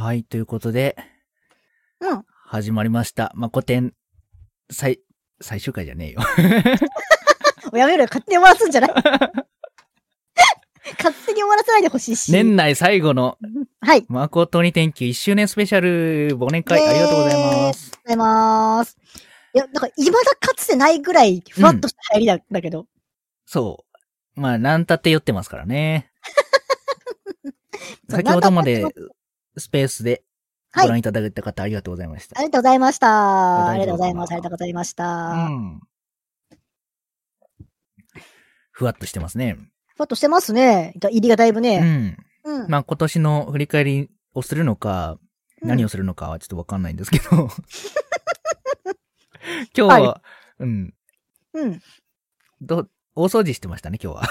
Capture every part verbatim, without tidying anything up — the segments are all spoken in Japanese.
はい、ということで、 うん。 始まりました。まあ、古典、最、最終回じゃねえよ。 やめろよ、勝手に終わらすんじゃない勝手に終わらせないでほしいし。 年内最後の、 はい。 誠に天気いっしゅうねんスペシャル忘年会ありがとうございます。 ありがとうございます。いや、なんか、未だかつてないぐらい、ふわっとした入りだ,、だけど。 そう。まあ、なんたって酔ってますからね。先ほどまで、スペースでご覧いただいた方、ありがとうございました。 ありがとうございました。ありがとうございます。ありがとうございました。 うん。ふわっとしてますね。 ふわっとしてますね。入りがだいぶね。 うん。うん、まあ、今年の振り返りをするのか、何をするのかはちょっとわかんないんですけど。今日は、はい、うん。 うん。 ど、大掃除してましたね、今日は。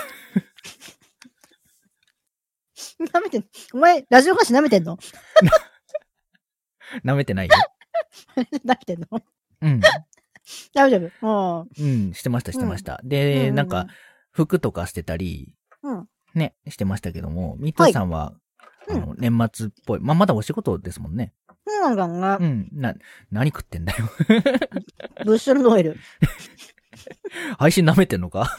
舐めてん、お前、ラジオ歌詞舐めてんの舐めてないよ。 舐めてんのうん。 大丈夫。もう。うん、してました、してました。うん、で、うん、なんか、服とか捨てたり、うん、ね、してましたけども、ミートさんは、はい、あの、年末っぽい。まあ、まだお仕事ですもんね。 そうなんだな。 うん。な、何食ってんだよ。 ブッシュルノエル。 配信舐めてんのか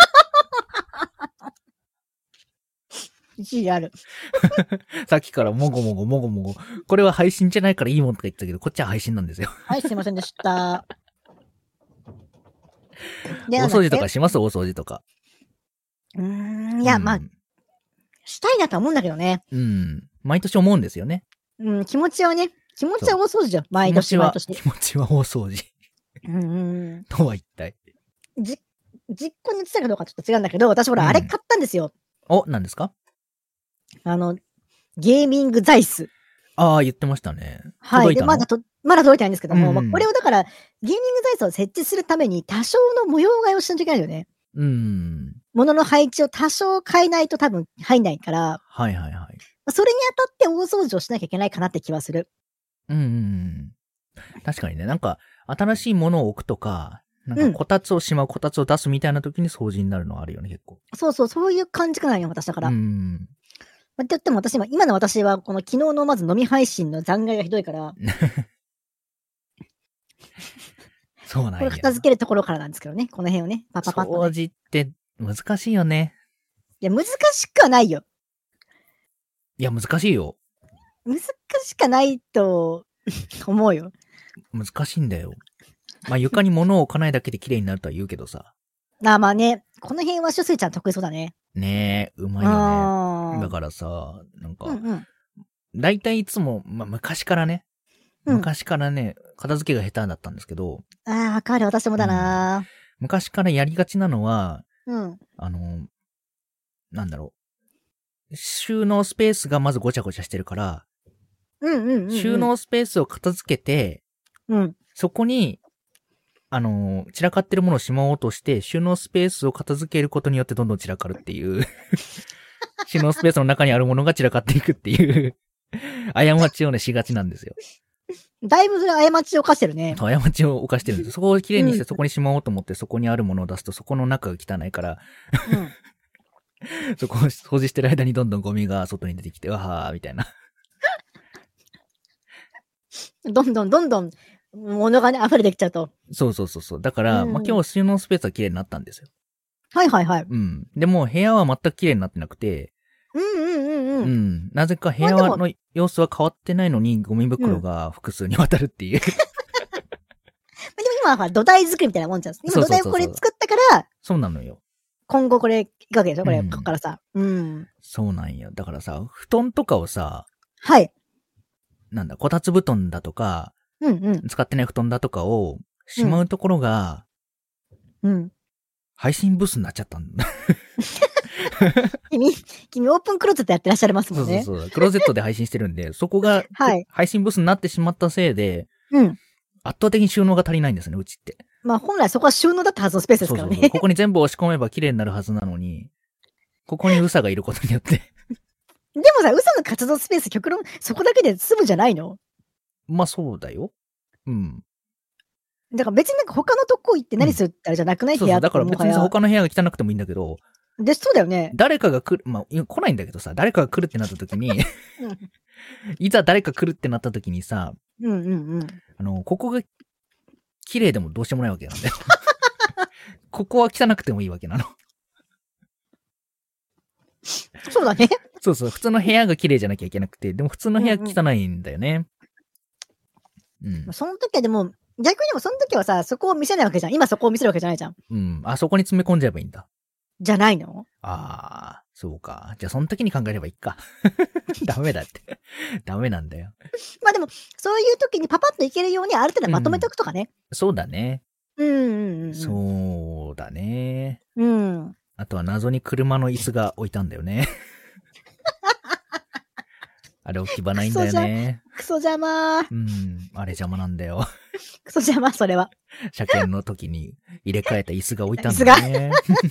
一時ある。 さっきからもごもごもごもご。これは配信じゃないからいいもんとか言ってたけど、こっちは配信なんですよ。 はい、すいませんでした。 大掃除とかします？大掃除とか。 うーん、いや、うん、まあ、したいなとは思うんだけどね。 うん。毎年思うんですよね。 うん、気持ちはね、気持ちは大掃除じゃん。毎年毎年。 気持ちは大掃除。 うん。 とは一体。 じ、実行に移ったかどうかちょっと違うんだけど、私ほら、うん、あれ買ったんですよ。 お、何ですか？ あの、ゲーミング座椅子。 ああ、言ってましたね。 はい。で、まだと、まだ届いてないんですけども、 うん、 まあ、これをだから、ゲーミング座椅子を設置するために多少の模様替えをしないといけないよね。 うん。 物の配置を多少変えないと多分入んないから。 はいはいはい。 それにあたって大掃除をしなきゃいけないかなって気はする。 うんうんうん。確かにね、なんか、新しいものを置くとか、なんか、こたつをしまう、こたつを出すみたいな時に掃除になるのはあるよね、結構。 そうそう、そういう感じかなよ、私だから。 うん。 って言っても私今、今の私は、この昨日のまず飲み配信の残骸がひどいから。 そうなんや。 これ片付けるところからなんですけどね、この辺をね、パパパッと、ね。 掃除って難しいよね。 いや、難しくはないよ。 いや、難しいよ。 難しくないと思うよ。 難しいんだよ。まあ、床に物を置かないだけで綺麗になるとは言うけどさ。 あ、まあね、この辺はしゅすいちゃん得意そうだね。 ねえ、うまいよね。だからさ、なんか、うんうん、だいたいいつも、まあ、昔からね、うん、昔からね、片付けが下手だったんですけど。 ああ、わかる、私もだな、うん、 昔からやりがちなのは、 うん、 あの、なんだろう。収納スペースがまずごちゃごちゃしてるから、 うんうんうんうん、 収納スペースを片付けて、 うん、 そこに、あの、散らかってるものをしまおうとして、収納スペースを片付けることによってどんどん散らかるっていう。収納スペースの中にあるものが散らかっていくっていう、過ちをね、しがちなんですよ。 だいぶそれ過ちを犯してるね。 過ちを犯してるんです。そこをきれいにしてそこにしまおうと思って、そこにあるものを出すと、そこの中が汚いから、うん、そこを掃除してる間にどんどんゴミが外に出てきて、わはーみたいな。 どんどんどんどん物がね、溢れてきちゃうと。 そうそうそうそう。だから、うん、まあ、今日収納スペースは綺麗になったんですよ。 はいはいはい。 うん。でも、部屋は全く綺麗になってなくて、 うんうんうんうん。 うん。なぜか部屋の様子は変わってないのに、ゴミ袋が複数にわたるっていう。うん、でも今は土台作りみたいなもんじゃん。今土台をこれ作ったから、 そうなのよ。 今後これ、いくわけでしょこれ、うん、ここからさ。うん。 そうなんよ。だからさ、布団とかをさ、 はい。 なんだ、こたつ布団だとか、 うんうん。 使ってない布団だとかをしまうところが、 うん。 配信ブースになっちゃったんだ。 君、君オープンクローゼットやってらっしゃいますもんね。 そうそうそう。クローゼットで配信してるんで、そこが、はい、配信ブースになってしまったせいで、 うん。 圧倒的に収納が足りないんですね、うちって。 まあ本来そこは収納だったはずのスペースですからね。 そうそうそう。ここに全部押し込めば綺麗になるはずなのに、ここにウサがいることによって。 でもさ、ウサの活動スペース極論、そこだけで済むじゃないの？ まあそうだよ。うん。 だから別になんか他のとこ行って何するってあれじゃなくない、 うん、そうそう。だから別に他の部屋が汚くてもいいんだけど。 で、そうだよね。 誰かが来る、まあ来ないんだけどさ、誰かが来るってなった時に、うん、 いざ誰か来るってなった時にさ、 うんうんうん。 あの、ここが綺麗でもどうしようもないわけなんだよ。ここは汚くてもいいわけなの。 そうだね。 そうそう、普通の部屋が綺麗じゃなきゃいけなくて、でも普通の部屋汚いんだよね。うん。うん、 その時はでも、逆にもその時はさ、そこを見せないわけじゃん。今そこを見せるわけじゃないじゃん。 うん。あそこに詰め込んじゃえばいいんだ。 じゃないの？ ああ、そうか。じゃあその時に考えればいいか。ダメだって。ダメなんだよ。 まあでも、そういう時にパパッといけるようにある程度まとめておくとかね。 うん、そうだね。 うんうんうん。 そうだね。 うん。 あとは謎に車の椅子が置いたんだよね。あれ置き場ないんだよね。 クソ邪魔ー。 うん。あれ邪魔なんだよ。 クソ邪魔、それは。 車検の時に入れ替えた椅子が置いたんだよね。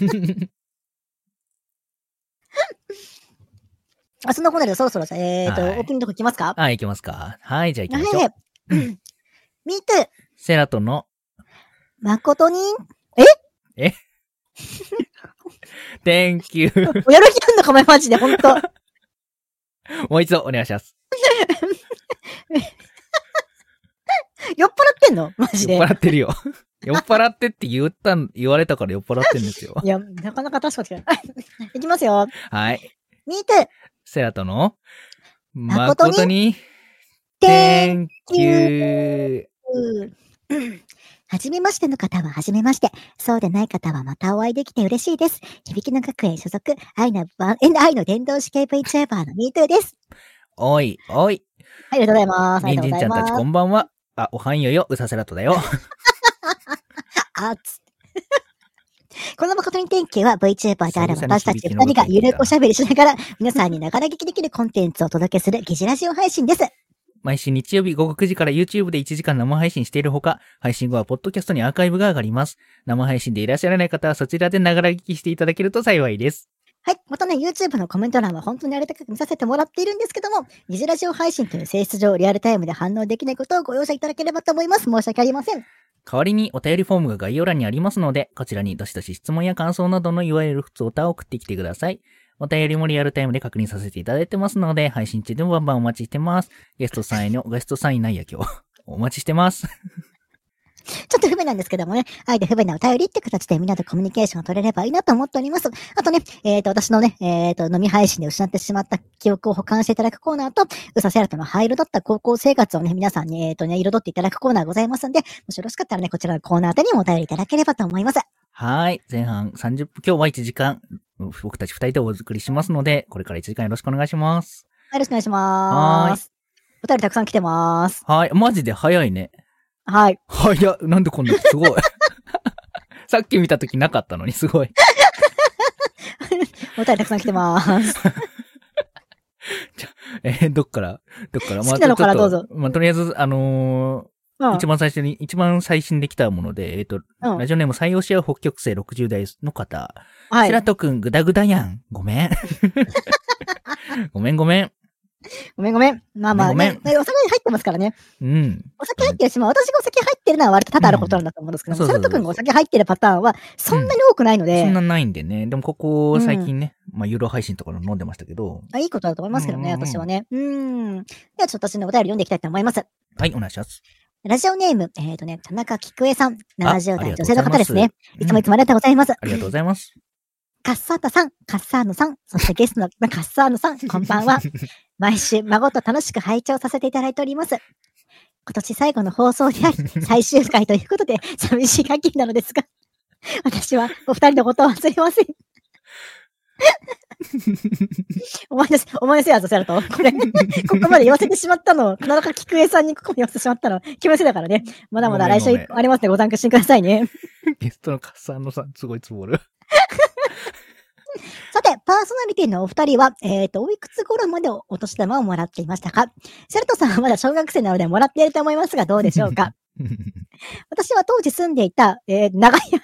あ、そんなことでそろそろさ、えっ、ー、と、 はい、 オープニングのとこ行きますか？ あ、行きますか。はい、じゃあ行きましょう。 はい。ミートゥー。 セラトの、 誠に、 ええThank you. おやる気あんのかもマジで、ほんと。 もう一度お願いします。 酔っ払ってんのマジで。 酔っ払ってるよ。酔っ払ってって言った、言われたから酔っ払ってんですよ。 いや、なかなか確かに。いきますよ。 はい。 ミートゥー。 セラトの、 誠に、 誠に、Thank you. はじめましての方ははじめまして。そうでない方はまたお会いできて嬉しいです。響きの学園所属、愛の、愛の伝道師系 VTuber のミートゥーです。 おい、おい。 ありがとうございます。 ニンジンちゃんたちこんばんは。あ、おはんよよ、うさセラトだよ。 あつこの誠に天気は VTuber である私たち二人がゆるくおしゃべりしながら皆さんにながら聞きできるコンテンツをお届けする疑似ラジオ配信です。 毎週日曜日午後くじから YouTube でいちじかん生配信しているほか、配信後はポッドキャストにアーカイブが上がります。生配信でいらっしゃらない方はそちらでながら聞きしていただけると幸いです。 はい。またね、YouTube のコメント欄は本当にありがたく見させてもらっているんですけども、疑似ラジオ配信という性質上リアルタイムで反応できないことをご容赦いただければと思います。申し訳ありません。 代わりにお便りフォームが概要欄にありますので、こちらにどしどし質問や感想などのいわゆる普通歌を送ってきてください。お便りもリアルタイムで確認させていただいてますので、配信中でもバンバンお待ちしてます。ゲストさんへの、ゲストさんいないや今日。お待ちしてます。 ちょっと不便なんですけどもね、あえて不便なお便りって形でみんなとコミュニケーションを取れればいいなと思っております。あとね、えっ、ー、と、私のね、えっ、ー、と、飲み配信で失ってしまった記憶を保管していただくコーナーと、うさセラトの灰色だった高校生活をね、皆さんに、えっ、ー、とね、彩っていただくコーナーございますんで、もしよろしかったらね、こちらのコーナー宛てにもお便りいただければと思います。 はい。前半さんじゅっぷん、今日はいちじかん、僕たちふたりでお送りしますので、これからいちじかんよろしくお願いします。 よろしくお願いします。お便りたくさん来てます。 はい。マジで早いね。 はい。 早っ。なんでこんなすごい。さっき見たときなかったのにすごい。 お便りたくさん来てます。 じゃえー、どっからどっから好きなのからどうぞ。 まあ、とりあえず、あのーうん、一番最初に、一番最新できたもので、えっ、ー、と、うん、ラジオネーム採用し合う北極星ろくじゅう代の方。はい。セラトくんぐだぐだやん。ごめん。ごめんごめん。 ごめんごめん。まあまあ、ね、ごめん。お酒入ってますからね。 うん。 お酒入ってるし、まあ私がお酒入ってるのは割と多々あることなんだと思うんですけども、セラト君がお酒入ってるパターンはそんなに多くないので、 うん。そんなないんでね。でもここ最近ね、うん、まあユーロ配信とか飲んでましたけど。 あ、いいことだと思いますけどね、私はね。うん。ではちょっと私のお便り読んでいきたいと思います。 はい、お願いします。 ラジオネーム、えっ、ー、とね、田中菊江さん、ななじゅう代女性の方ですね。いつもいつもありがとうございます。うん、 ありがとうございます。 カッサータさん、カッサーノさん、そしてゲストのカッサーノさん、こんばんは。毎週、孫と楽しく拝聴させていただいております。今年最後の放送であり、最終回ということで、寂しい限りなのですが、私はお二人のことを忘れません。思い出す、思い出せやぞ、セラト。これ、ここまで言わせてしまったのを、田中菊江さんにここまで言わせてしまったの、気持ちだからね。まだまだ来週ありますのでご参加してくださいね。 ゲストのカッサーノさん、すごいつぼる。 さて、パーソナリティのお二人は、えっ、ー、と、おいくつ頃までお年玉をもらっていましたか？セラトさんはまだ小学生なのでもらっていると思いますが、どうでしょうか？私は当時住んでいた、えー、長屋、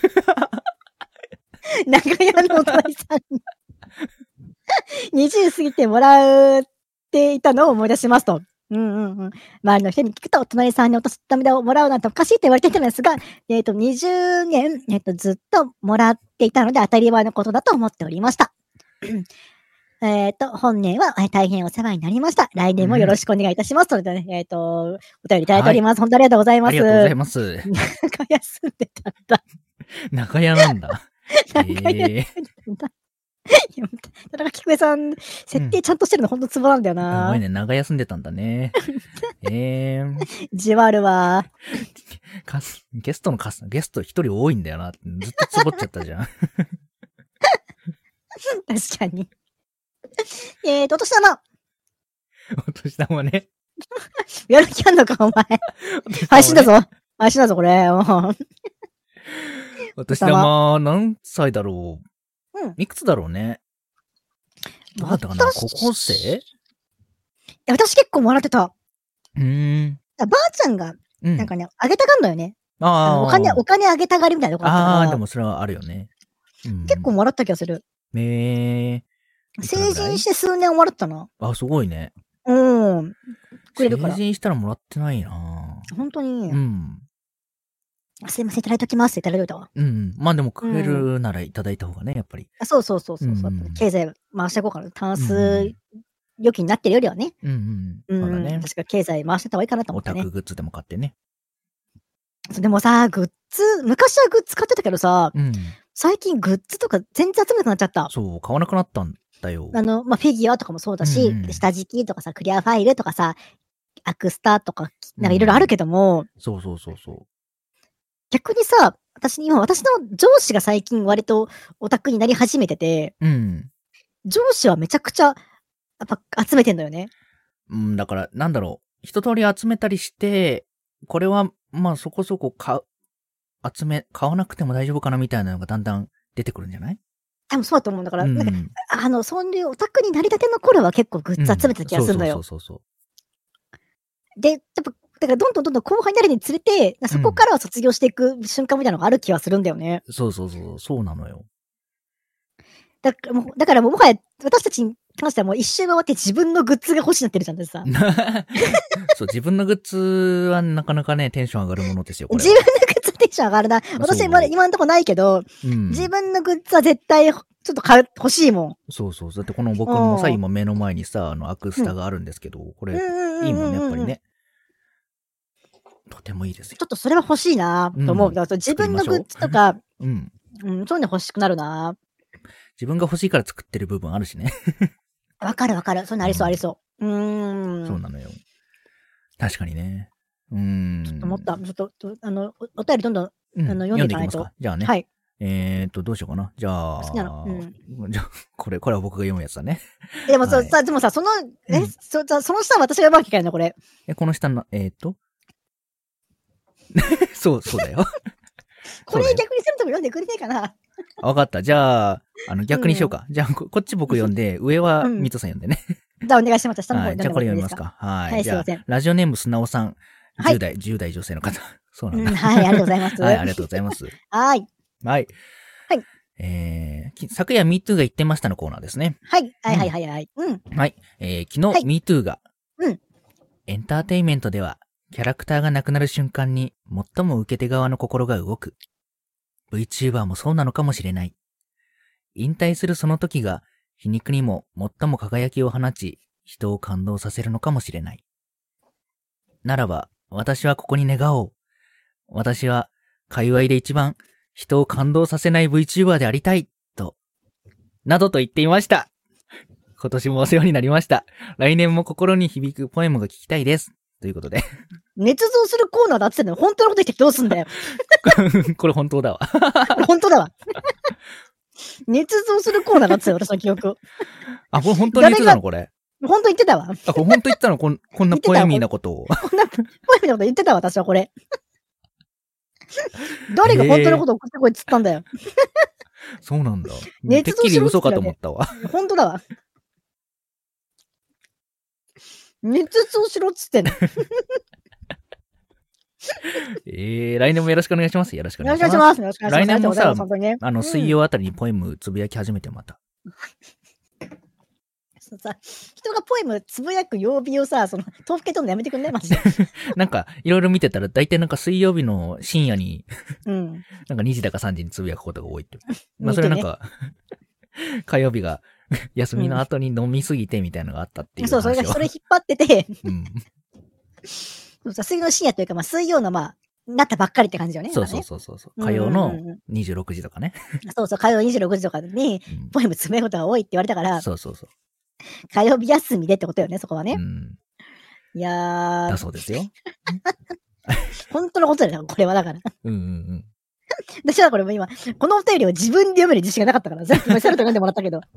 長屋のお隣さんに、にじゅう過ぎてもらっていたのを思い出しますと。うんうんうん。周りの人に聞くと、お隣さんにお年玉をもらうなんておかしいって言われていたんですが、えっ、ー、と、にじゅうねん、えっ、ー、と、ずっともらっていたので当たり前のことだと思っておりました。 えっ、と、本年はえー大変お世話になりました。来年もよろしくお願いいたします。それでね、えっ、と、お便りいただいております。本当ありがとうございます。 ありがとうございます。 なんか休んでたんだ。 長屋なんだ。 なんか休んえでたんだ。いや田中菊江さん、設定ちゃんとしてるのほんとツボなんだよー、すな。 ごいね。長休んでたんだね。えー、 じわるわ。 カス、ゲストのカス、ゲスト一人多いんだよな。ずっとつぼっちゃったじゃん。 確かに。えーと、お年玉。 お年玉ね。 やる気あんのか、お前。配信だぞ。配信だぞ、これ。もうお年玉、何歳だろう。 うん。 いくつだろうね。どうだったかな高校生いや私結構もらってた。 うーん。 ばあちゃんが、 うん。 なんかね、あげたがんのよね。あああ。 のお金、お金あげたがりみたいなとこあったから。 ああ、でもそれはあるよね。うん、 結構もらった気がする。 めえ。 成人して数年もらったな。 あ、すごいね。 うん。くれるから。 成人したらもらってないな本当に。 うん。 すいません、いただいときますっていただいといたわ。 うん。まあでもくれるならいただいた方がね、やっぱり。 あそうそうそうそうそう、 うん経済回していこうかな。タンス預金になってるよりはね。 うんうん。そうだね。 確か経済回してた方がいいかなと思オってね。 タクグッズでも買ってね。 でもさ、グッズ、昔はグッズ買ってたけどさ、 うん。 最近グッズとか全然集めなくなっちゃった。 そう、買わなくなったんだよ。 あの、まあ、フィギュアとかもそうだし、 うんうん下敷きとかさ、クリアファイルとかさ、アクスタとか、なんかいろいろあるけども、 そうそうそうそ逆にさ、私、今、私の上司が最近割とオタクになり始めてて、 う。うん。 上司はめちゃくちゃ、やっぱ集めてんだよね。 うん、だから、なんだろう。一通り集めたりして、これは、まあそこそこ買う、集め、買わなくても大丈夫かなみたいなのがだんだん出てくるんじゃない？ 多分そうだと思うんだから、 うん、 なんか、あの、そういうオタクになりたての頃は結構グッズ集めてた気がするんだよ。 うん、そうそうそうそうで、やっぱ、だからどんどんどんどん後輩になるにつれて、そこからは卒業していく瞬間みたいなのがある気はするんだよね。 うん。そうそうそう、そうなのよ。 だからもう、だからもうもはや、私たちに関してはもう一周回って自分のグッズが欲しいなってるじゃんってさ。 そう、自分のグッズはなかなかね、テンション上がるものですよ、これ自分のグッズテンション上がるな。私まだ今んとこないけど、 うん、 自分のグッズは絶対ちょっと買う、欲しいもん。 そうそう。だってこの僕もさ、今目の前にさ、あの、アクスタがあるんですけど、これ、いいもんね、やっぱりね。とてもいいですよ。 ちょっとそれは欲しいなと思う。うん、だから自分のグッズとか、うん、うん、そういうの欲しくなるな自分が欲しいから作ってる部分あるしね。 わかるわかる。そういうのありそう、うん、ありそう。うーん。 そうなのよ。確かにね。うーん。 ちょっと思った。ちょっと、あの、お、お便りどんどん、うん、あの読んでいかないと。 読んでいきますか。じゃあね。 はい。 えーと、どうしようかな。じゃあ。 好きなの。うん。 じゃあ、これ、これは僕が読むやつだね。 でもさ、はい、さ、でもさ、その、え、うん、そ、その下は私が読まなきゃいけないのこれ。 え、この下の、えーと。そう、そうだよ。 これ逆にするとも読んでくれねえかな。 わかった。じゃあ、あの、逆にしようか。うん、じゃあこ、こっち僕読んで、上はミトさん読んでね。 うん、じゃあお願いします。下の方はい。じゃあこれ読みますか。はい。 はい、 じゃあ、ラジオネームすなおさん。じゅう代、はい、じゅう代女性の方。そうなんだ、 うん。はい、ありがとうございます。 はい、ありがとうございます。 はい。 はい。 はい。 えー、昨夜 MeToo が言ってましたのコーナーですね。 はい。はいはいはいはい。うん。 はい。えー、昨日、はい、MeToo が、 うん。 エンターテインメントでは、キャラクターが亡くなる瞬間に最も受け手側の心が動く。VTuber もそうなのかもしれない。引退するその時が皮肉にも最も輝きを放ち、人を感動させるのかもしれない。ならば、私はここに願おう。私は、界隈で一番人を感動させない VTuber でありたい、と、などと言っていました。今年もお世話になりました。来年も心に響くポエムが聞きたいです。ということで。 捏造するコーナーだって言ってんの本当のこと言ってどうすんだよ。 これ本当だわ。 本当だわ。捏造するコーナーだって言って私の記憶。 あ、これ本当に言ってたのこれ。 本当言ってたわ。 あ、これ本当言ったのこんこんなポエミーなことを。 こんなポエミーなこと言ってたわ、私はこれ。誰が本当のことをこってこいつったんだよ。 そうなんだ。てっきり嘘かと思ったわ。 本当だわ。捏造しろっつってんの。 えー、来年もよろしくお願いします。よろしくお願いします。 よろしくお願いします。 来年もさ、 ね、 あの、水曜あたりにポエムつぶやき始めてまた。 さ、人がポエムつぶやく曜日をさ、その、豆腐系とんのやめてくんないマジで。 なんか、いろいろ見てたら、だいたいなんか水曜日の深夜に、 うん、 なんかにじだかさんじにつぶやくことが多いって。まあ、それなんか、ね、火曜日が休みの後に飲みすぎてみたいなのがあったっていう話を。 そう、それが、それ引っ張ってて、 うん。 そうそう、水曜の深夜というか、まあ、水曜の、まあ、なったばっかりって感じよね。 そうそうそうそうそう。火曜のうんうんうんにじゅうろくじとかね。 そうそう、火曜にじゅうろくじとかに、 うんポエム詰めることが多いって言われたから、 そうそうそう。 火曜日休みでってことよね、そこはね。 うん。 いやー、 だそうですよ。 本当のことだよ、これはだから。 うんうんうん。 私はこれも今、このお便りを自分で読める自信がなかったから、さっき今セルト読んでもらったけど、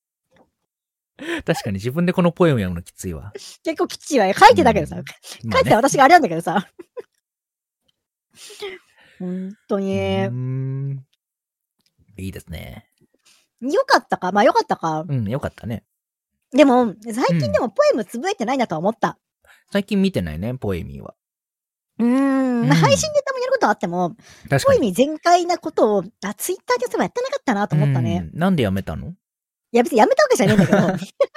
確かに自分でこのポエム読むのきついわ。 結構きっちりは書いてたけどさ、 うん書いてた私があれなんだけどさ。本当に、 うーん。いいですね。 よかったか、まあよかったか。 うん、よかったね。 でも、最近でもポエムつぶえてないなとは思った。 最近見てないね、ポエミーは。 うーん、 うん配信でたまにやることはあっても、 確かに。 ポエミ全開なことを、あ、ツイッターでそういえばやってなかったなと思ったね。 うんなんでやめたの？ いや別にやめたわけじゃねえんだけど。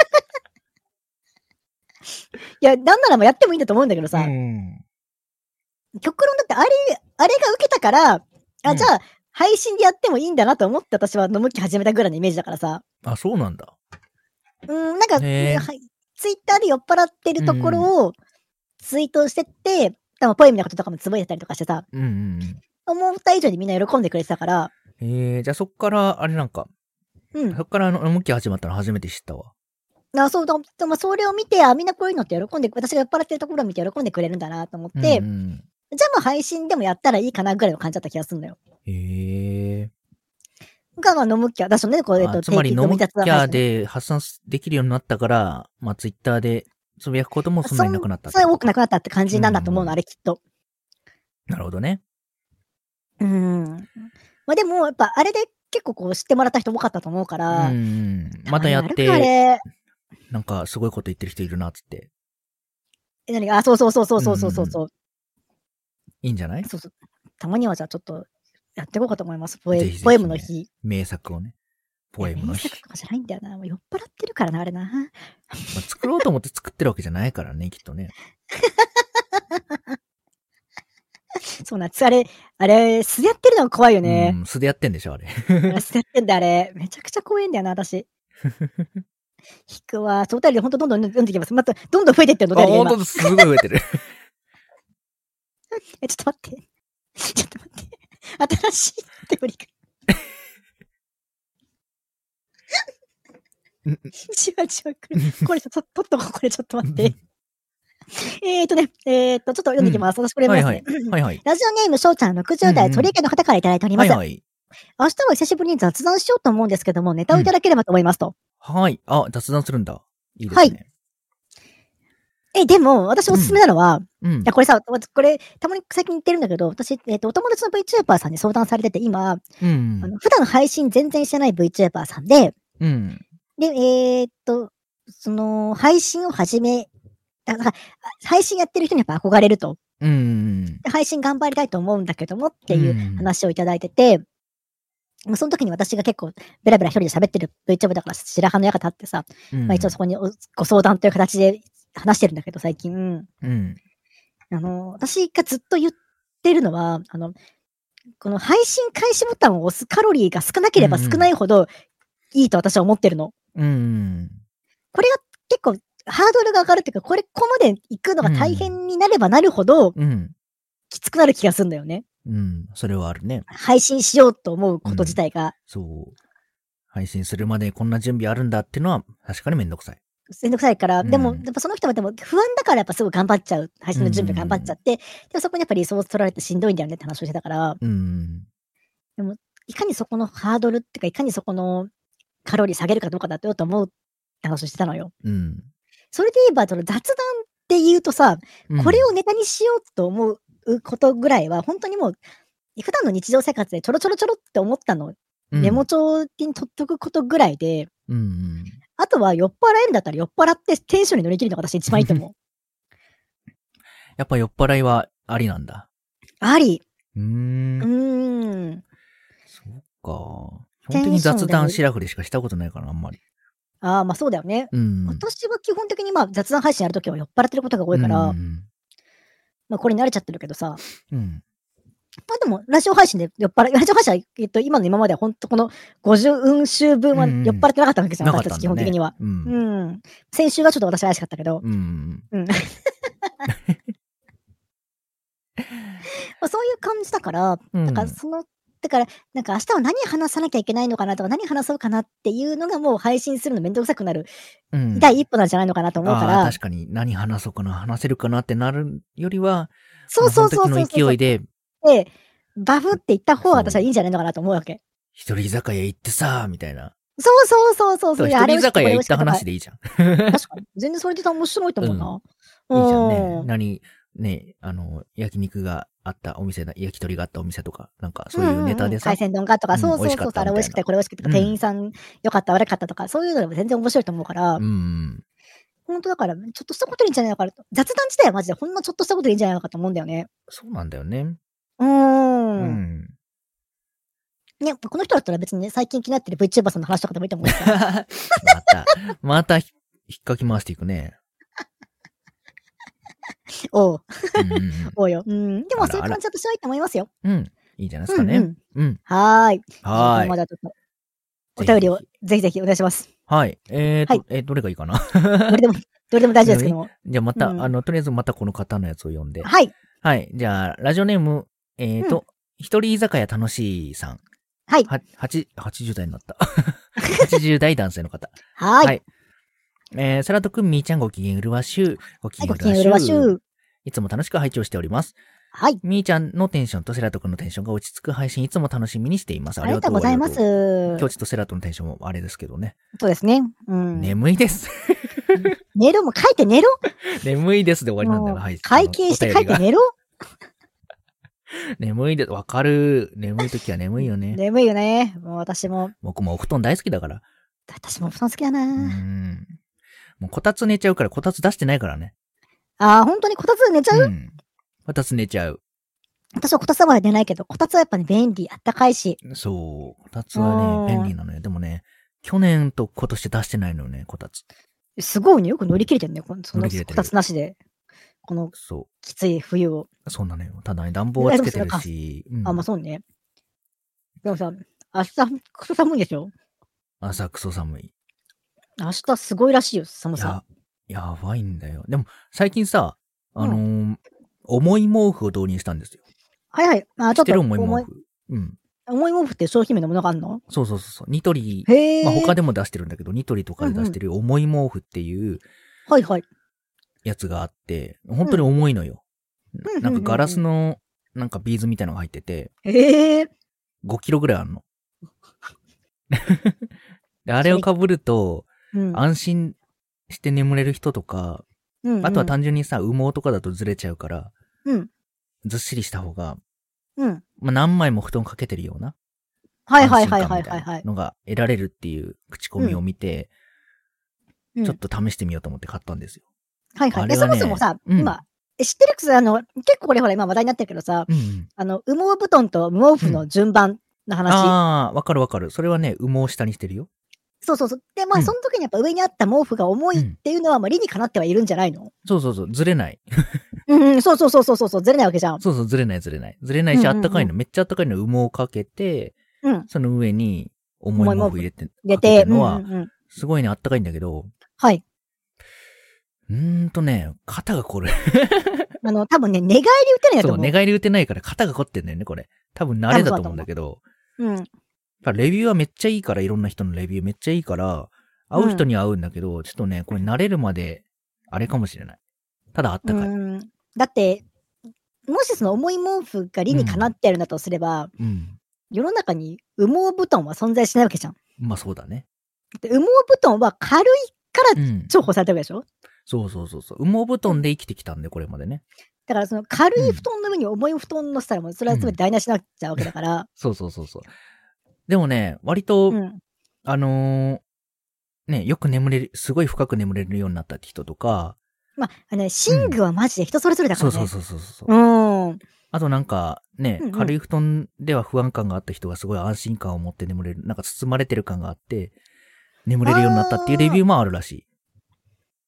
いや、なんならもうやってもいいんだと思うんだけどさ、 うん極論だってあれ、あれが受けたから、あ、 うんじゃあ、配信でやってもいいんだなと思って私は飲む気始めたぐらいのイメージだからさ。 あ、そうなんだ。 うん、なんか、 へーはいツイッターで酔っ払ってるところをツイートしてって、多分ポエムのこととかもつぶやいてたりとかしてさ、 うんうん思った以上にみんな喜んでくれてたから、 うん。えー、じゃあそっから、あれなんか、 うん。 そっからあの、向き始まったの初めて知ったわ。 あ、そうだ、でもそれを見て、あ、みんなこういうのって喜んで、私が酔っ払ってるところを見て喜んでくれるんだなと思って、 うんうん、 じゃあまあ配信でもやったらいいかなぐらいの感じだった気がするんだよ。 へえが、まあ飲むきゃ、だしね、こう、えっー。 と、 あつまり、 定期ノムキ雑談配信ャーで発散できるようになったから、まあ、ツイッターでつぶやくこともそんなになくなったってそんことな多くなくなったって感じなんだと思うの、 うんあれきっと。 なるほどね。 うん。まあでも、やっぱあれで結構こう知ってもらった人多かったと思うかうら、 ん。またやっあるかあて、 れ。 なんかすごいこと言ってる人いるな、つって。 え、何が、あ、そうそうそうそうそうそうそうそう。 いいんじゃない？ そうそう。たまにはじゃあちょっとやっていこうかと思います。ポエぜひぜひねポエムの日。 名作をね。ポエムの日いや名。作とかじゃないんだよな。もう酔っ払ってるからな、あれな。 まあ、作ろうと思って作ってるわけじゃないからね、きっとね。 そうなんです。あれ、あれ、素でやってるのが怖いよね。 うん、素でやってんでしょ、あれ。 あれ素でやってんだ、あれ。めちゃくちゃ怖いんだよな、私。引くわ。そう、お便りでほんとどんどん読んでいきます。また、どんどん増えてってるの、おあ、 便りが今ほんとすごい増えてる。 え、ちょっと待って。ちょっと待って。新しいお便りが。違う違う。これ、これちょっと、取っとこう、これちょっと待って。えーとね、えーと、ちょっと読んでいきます。私これ読みますね。 はいはい。 ラジオネーム、しょうちゃんろくじゅう代、 うんうん鳥家の方からいただいております。 はいはい。 明日は久しぶりに雑談しようと思うんですけども、ネタをいただければと思いますと。 はい。あ、雑談するんだ。いいですね。 え、でも、私おすすめなのは、 うんいや、。これさ、これ、たまに最近言ってるんだけど、私、えっ、と、お友達の VTuber さんに相談されてて、今、 うんあ。の普段配信全然してない VTuber さんで、 うん。 で、えーっと、その、配信を始め、だから、配信やってる人にやっぱ憧れると。 うん。 で配信頑張りたいと思うんだけどもっていう話をいただいてて、もうその時に私が結構ベラベラ一人で喋ってる VTuber だから白羽の矢が立ってさ、 うん。 まあ一応そこにおご相談という形で話してるんだけど最近、 うん。 あの、私がずっと言ってるのは、あの、この配信開始ボタンを押すカロリーが少なければ少ないほどいいと私は思ってるの。 うん。 これが結構ハードルが上がるっていうか、これ、ここまで行くのが大変になればなるほど、 うん。 きつくなる気がするんだよね。 うん。それはあるね。 配信しようと思うこと自体が。 そう。配信するまでこんな準備あるんだっていうのは確かにめんどくさい。 めんどくさいから、 うんでも、やっぱその人はでも不安だからやっぱすぐ頑張っちゃう。配信の準備頑張っちゃって、でもそこにやっぱりリソース取られてしんどいんだよねって話をしてたから、 うん。 いかにそこのハードルっていうか、いかにそこのカロリー下げるかどうかだとよと思うって話をしてたのよ。 うん。 それで言えば、その雑談って言うとさ、これをネタにしようと思うことぐらいは、本当にもう、普段の日常生活でちょろちょろちょろって思ったの、 うん、 メモ帳に取っとくことぐらいで、 うんうん、 あとは酔っ払えるんだったら酔っ払ってテンションに乗り切るのが私一番いいと思う。 やっぱ酔っ払いはありなんだ。 あり。 うーん。 うーん。 そっか。基本的に雑談シラフでしかしたことないから、あんまり。 ああ、まあそうだよね。 うん。 私は基本的にまあ雑談配信やるときは酔っ払ってることが多いから、 うん、 まあこれに慣れちゃってるけどさ。 うん。 まあでも、ラジオ配信で酔っ払い、ラジオ配信は、えっと、今の今までは本当このごじゅう週分は酔っ払ってなかったわけじゃん、 なか私たち基ったんだね。 本的には。 うん。 うん。先週はちょっと私怪しかったけど。 うん。 うん。まあそういう感じだから、 うんだからその、だから、なんか明日は何話さなきゃいけないのかなとか、何話そうかなっていうのがもう配信するのめんどくさくなる、 うん。 第一歩なんじゃないのかなと思うかああ、 ら。 確かに何話そうかな、話せるかなってなるよりは、 そうそうそうそうそう。 その時の勢いで、 で、バフって言った方が私はいいんじゃないのかなと思うわけ。 一人居酒屋行ってさ、みたいな。 そうそうそうそうそう。 一人居酒屋行った話でいいじゃん。 確かに。全然それで面白いと思うな。 うん、いいじゃんね。何、ね、あの、焼肉があったお店だ、焼き鳥があったお店とか、なんかそういうネタでさ。 海鮮丼がとか、そうそうそう、あれ美味しくてこれ美味しくて、店員さん良かった悪かったとか、そういうのでも全然面白いと思うから。 うん。 本当だから、ちょっとしたことでいいんじゃないのかなと。雑談自体はマジでほんのちょっとしたことでいいんじゃないのかと思うんだよね。 そうなんだよね。 うーん。うん。 ね、この人だったら別にね、最近気になってる VTuber さんの話とかでもいいと思うから。 また、また引っかき回していくね。 おう。 うんうん、 おうよ。うん。でもそういう感じだとしないと思いますよ。 うん。いいじゃないですかね。うん、うん。 うん。はーい。 はーい。 まだちょっと、お便りをぜひぜひお願いします。 はい。えーと、はい、えー、どれがいいかなどれでも、どれでも大丈夫ですけども。 じゃあまた、うん、あの、とりあえずまたこの方のやつを読んで。 はい。 はい。じゃあ、ラジオネーム、えーと、うん、一人居酒屋楽しいさん。 はい。 は、はち、はちじゅう代になった。はちじゅう代男性の方。 はい。はい。 えー、サラトくん、みーちゃんご機嫌うるわしゅう。 ご機嫌うるわしゅう。 いつも楽しく拝聴しております。 はい。 みーちゃんのテンションとセラトくんのテンションが落ち着く配信いつも楽しみにしています。 ありがとうございます。 今日ちょっとセラトのテンションもあれですけどね。 そうですね。うん。 眠いです。 寝ろも書いて寝ろ眠いですで終わりなんだよな、はい。 会計して書いて寝ろ眠いで、わかる。眠いときは眠いよね。 眠いよね。もう私も。 僕もお布団大好きだから。 私もお布団好きだな。 うん。もうこたつ寝ちゃうからこたつ出してないからね。 ああ、本当にこたつ寝ちゃう、うん、 こたつ寝ちゃう。 私はこたつはまで寝ないけど、こたつはやっぱね、便利、あったかいし。 そう。こたつはね、便利なのよ。でもね、去年と今年出してないのよね、こたつ。 すごいね。よく乗り切れてるね。このそのこたつなしで。この、 そう。 きつい冬を。 そうなのよ。ただね、暖房はつけてるし。 うん、あ、まあそうね。でもさ、明日、クソ寒いでしょ？ 朝クソ寒い。 明日すごいらしいよ、寒さ。 や、やばいんだよ。でも、最近さ、あのー、うん、重い毛布を導入したんですよ。 はいはい。あ、ちょっと。 重い毛布。うん。 重い毛布って商品名のものがあるの？ そうそうそう。ニトリ。 へー。 まあ他でも出してるんだけど、ニトリとかで出してる重い毛布っていう。 はいはい。 やつがあって、本当に重いのよ。うん、なんかガラスの、なんかビーズみたいなのが入ってて。 へえー。 ごキロぐらいあるの。で、あれを被ると、うん、安心して眠れる人とか、うんうん、あとは単純にさ、羽毛とかだとずれちゃうから、 うん、 ずっしりした方が、 うん、 まあ、何枚も布団かけてるような、 はいはいはいはいはいはい。 のが得られるっていう口コミを見て、うん、ちょっと試してみようと思って買ったんですよ。 はいはい。で、ね、そもそもさ、うん、今、知ってるくせ、あの、結構これほら今話題になってるけどさ、うんうん、あの、羽毛布団と毛布の順番の話。 うん、ああ、わかるわかる。それはね、羽毛を下にしてるよ。 そうそうそう。で、まあ、うん、その時にやっぱ上にあった毛布が重いっていうのは、まあ、理にかなってはいるんじゃないの？ そうそうそう、ずれない。 うんうん、そうそうそうそうそう、ずれないわけじゃん。 そうそう、ずれないずれない。ずれないし、あったかいの、めっちゃあったかいの羽毛をかけて、うん、その上に重い毛布入れて、入れてるのは、すごいね、あったかいんだけど、 はい。 うーんとね、肩が凝る。 あの、多分ね、寝返り打てないと思う。 そう、寝返り打てないから肩が凝ってんだよね、これ。多分慣れだと思うんだけど。 うん。 レビューはめっちゃいいから、いろんな人のレビューめっちゃいいから、会う人には会うんだけど、うん、ちょっとね、これ慣れるまで、あれかもしれない。ただあったかい。 うん。だって、もしその重い毛布が理にかなってるんだとすれば、うん、うん、世の中に羽毛布団は存在しないわけじゃん。 まあそうだね。 で羽毛布団は軽いから重宝されてるわけでしょ、うん、 そうそうそうそう。羽毛布団で生きてきたんで、これまでね。 だからその軽い布団の上に重い布団乗せたらもうそれは全て台無しになっちゃうわけだから。うん、 そうそうそうそう。でもね、割と、うん、あのー、ね、よく眠れる、すごい深く眠れるようになったって人とか。 まあ、ね、寝具はマジで人それぞれだからね。 うん、そうそうそうそう。 うん。 あとなんか、ね、うんうん、軽い布団では不安感があった人がすごい安心感を持って眠れる。なんか包まれてる感があって、眠れるようになったっていうレビューもあるらしい。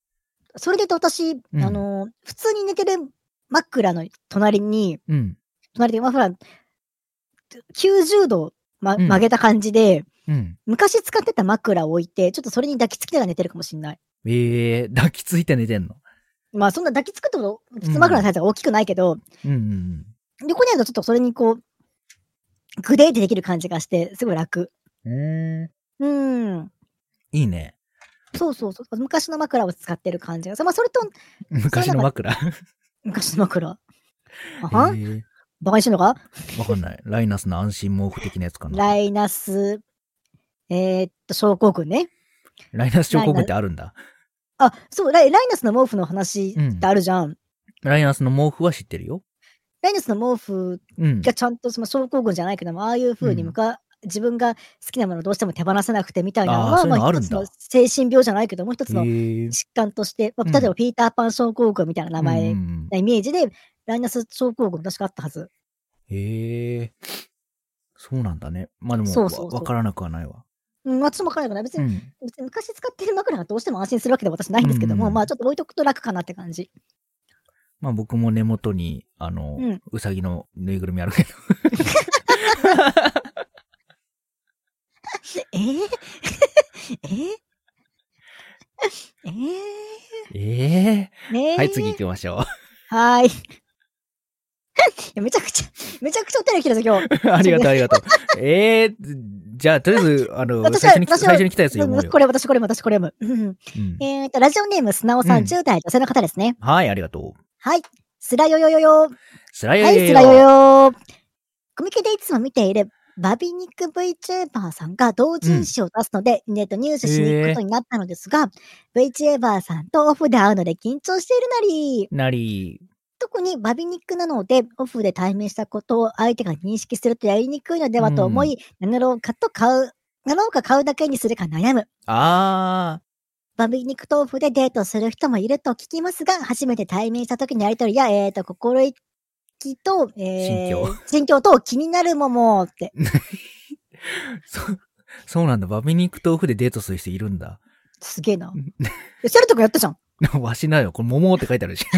それで言うと私、うん、あの、普通に寝てる枕の隣に、うん、 隣で、まあ、ほら、きゅうじゅうど、ま、 うん曲げた感じで、 うん。 昔使ってた枕を置いて、ちょっとそれに抱きつきながら寝てるかもしんない。 ええー、抱きついて寝てんの？ まあそんな抱きつくってこと、普通枕のサイズが大きくないけど、 うんうん横にあるとちょっとそれにこう、グデーってできる感じがして、すごい楽。 うん。えうーん。 ー、いいね。 そうそうそう。昔の枕を使ってる感じが。まあそれと、 昔の枕。 昔の枕。あえはー、 バカにしてんのかわかんない。ライナスの安心毛布的なやつかな。 ライナス、えー、っと、症候群ね。 ライナス症候群ってあるんだ。 あ、そう、ライライナスの毛布の話ってあるじゃん。うん、 ライナスの毛布は知ってるよ。 ライナスの毛布がちゃんとその症候群じゃないけども、ああいう風に向か、うん、自分が好きなものをどうしても手放せなくてみたいなのは、あまあ一つの精神病じゃないけども、一つの疾患として、まあ、例えばピーターパン症候群みたいな名前、うん、イメージで、ライナス症候群確かあったはず。 へえ。そうなんだね。まあでも、そうそうそうわからなくはないわ。 うん、私もわからなくない。別に、うん、別に昔使ってる枕がどうしても安心するわけでは私ないんですけども、うんうん、まあちょっと置いとくと楽かなって感じ。 まあ僕も根元に、あの、うん、うさぎのぬいぐるみあるけど。 えー、えー、えー、 えー、はい、次行きましょう。 はーい。いやめちゃくちゃ、めちゃくちゃお便り来たぞ、今日。 ありがとう、ありがとう。えー、じゃあ、とりあえず、あの、最初に、最初に来たやつ読むよ。 これ、私、これ、私、これ読む。うん、えっと、ラジオネーム、すなおさん、うん、じゅう代女性の方ですね。 はい、ありがとう。 はい。すらよよよよ。 すらよよよ。 はい、すらよよ。コミケでいつも見ている、バビ肉 VTuber さんが同人誌を出すので、うん、えっと、入手しに行くことになったのですが、VTuber さんとオフで会うので緊張しているなり。 なり。 特にバビ肉なので、オフで対面したことを相手が認識するとやりにくいのではと思い、うん、名乗ろうかと買う、名乗ろうか買うだけにするか悩む。 あー。 バビ肉とオフでデートする人もいると聞きますが、初めて対面した時のやりとりや、えっと、心意気と、えー、 心境。 心境と気になるももって。 そ、そうなんだ。バビ肉とオフでデートする人いるんだ。 すげえな。セルト君やったじゃん。 わしなよ。これ、桃って書いてあるし。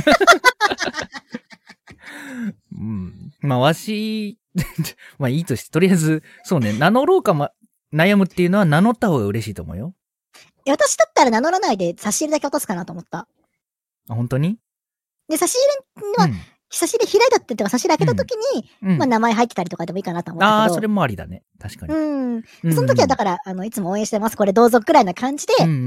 うん。まあ、わし、まあいいとして、とりあえず、そうね、名乗ろうか、ま、悩むっていうのは名乗った方が嬉しいと思うよ。 いや、私だったら名乗らないで差し入れだけ渡すかなと思った。 あ、本当に？で、 差し入れは、うん、差し入れ開いたってとか差し入れ開けた時に、うん、まあ名前入ってたりとかでもいいかなと思ったけど。 ああ、それもありだね。確かに。 うん。その時はだから、あの、いつも応援してます。これどうぞくらいな感じで、 うんうんうん、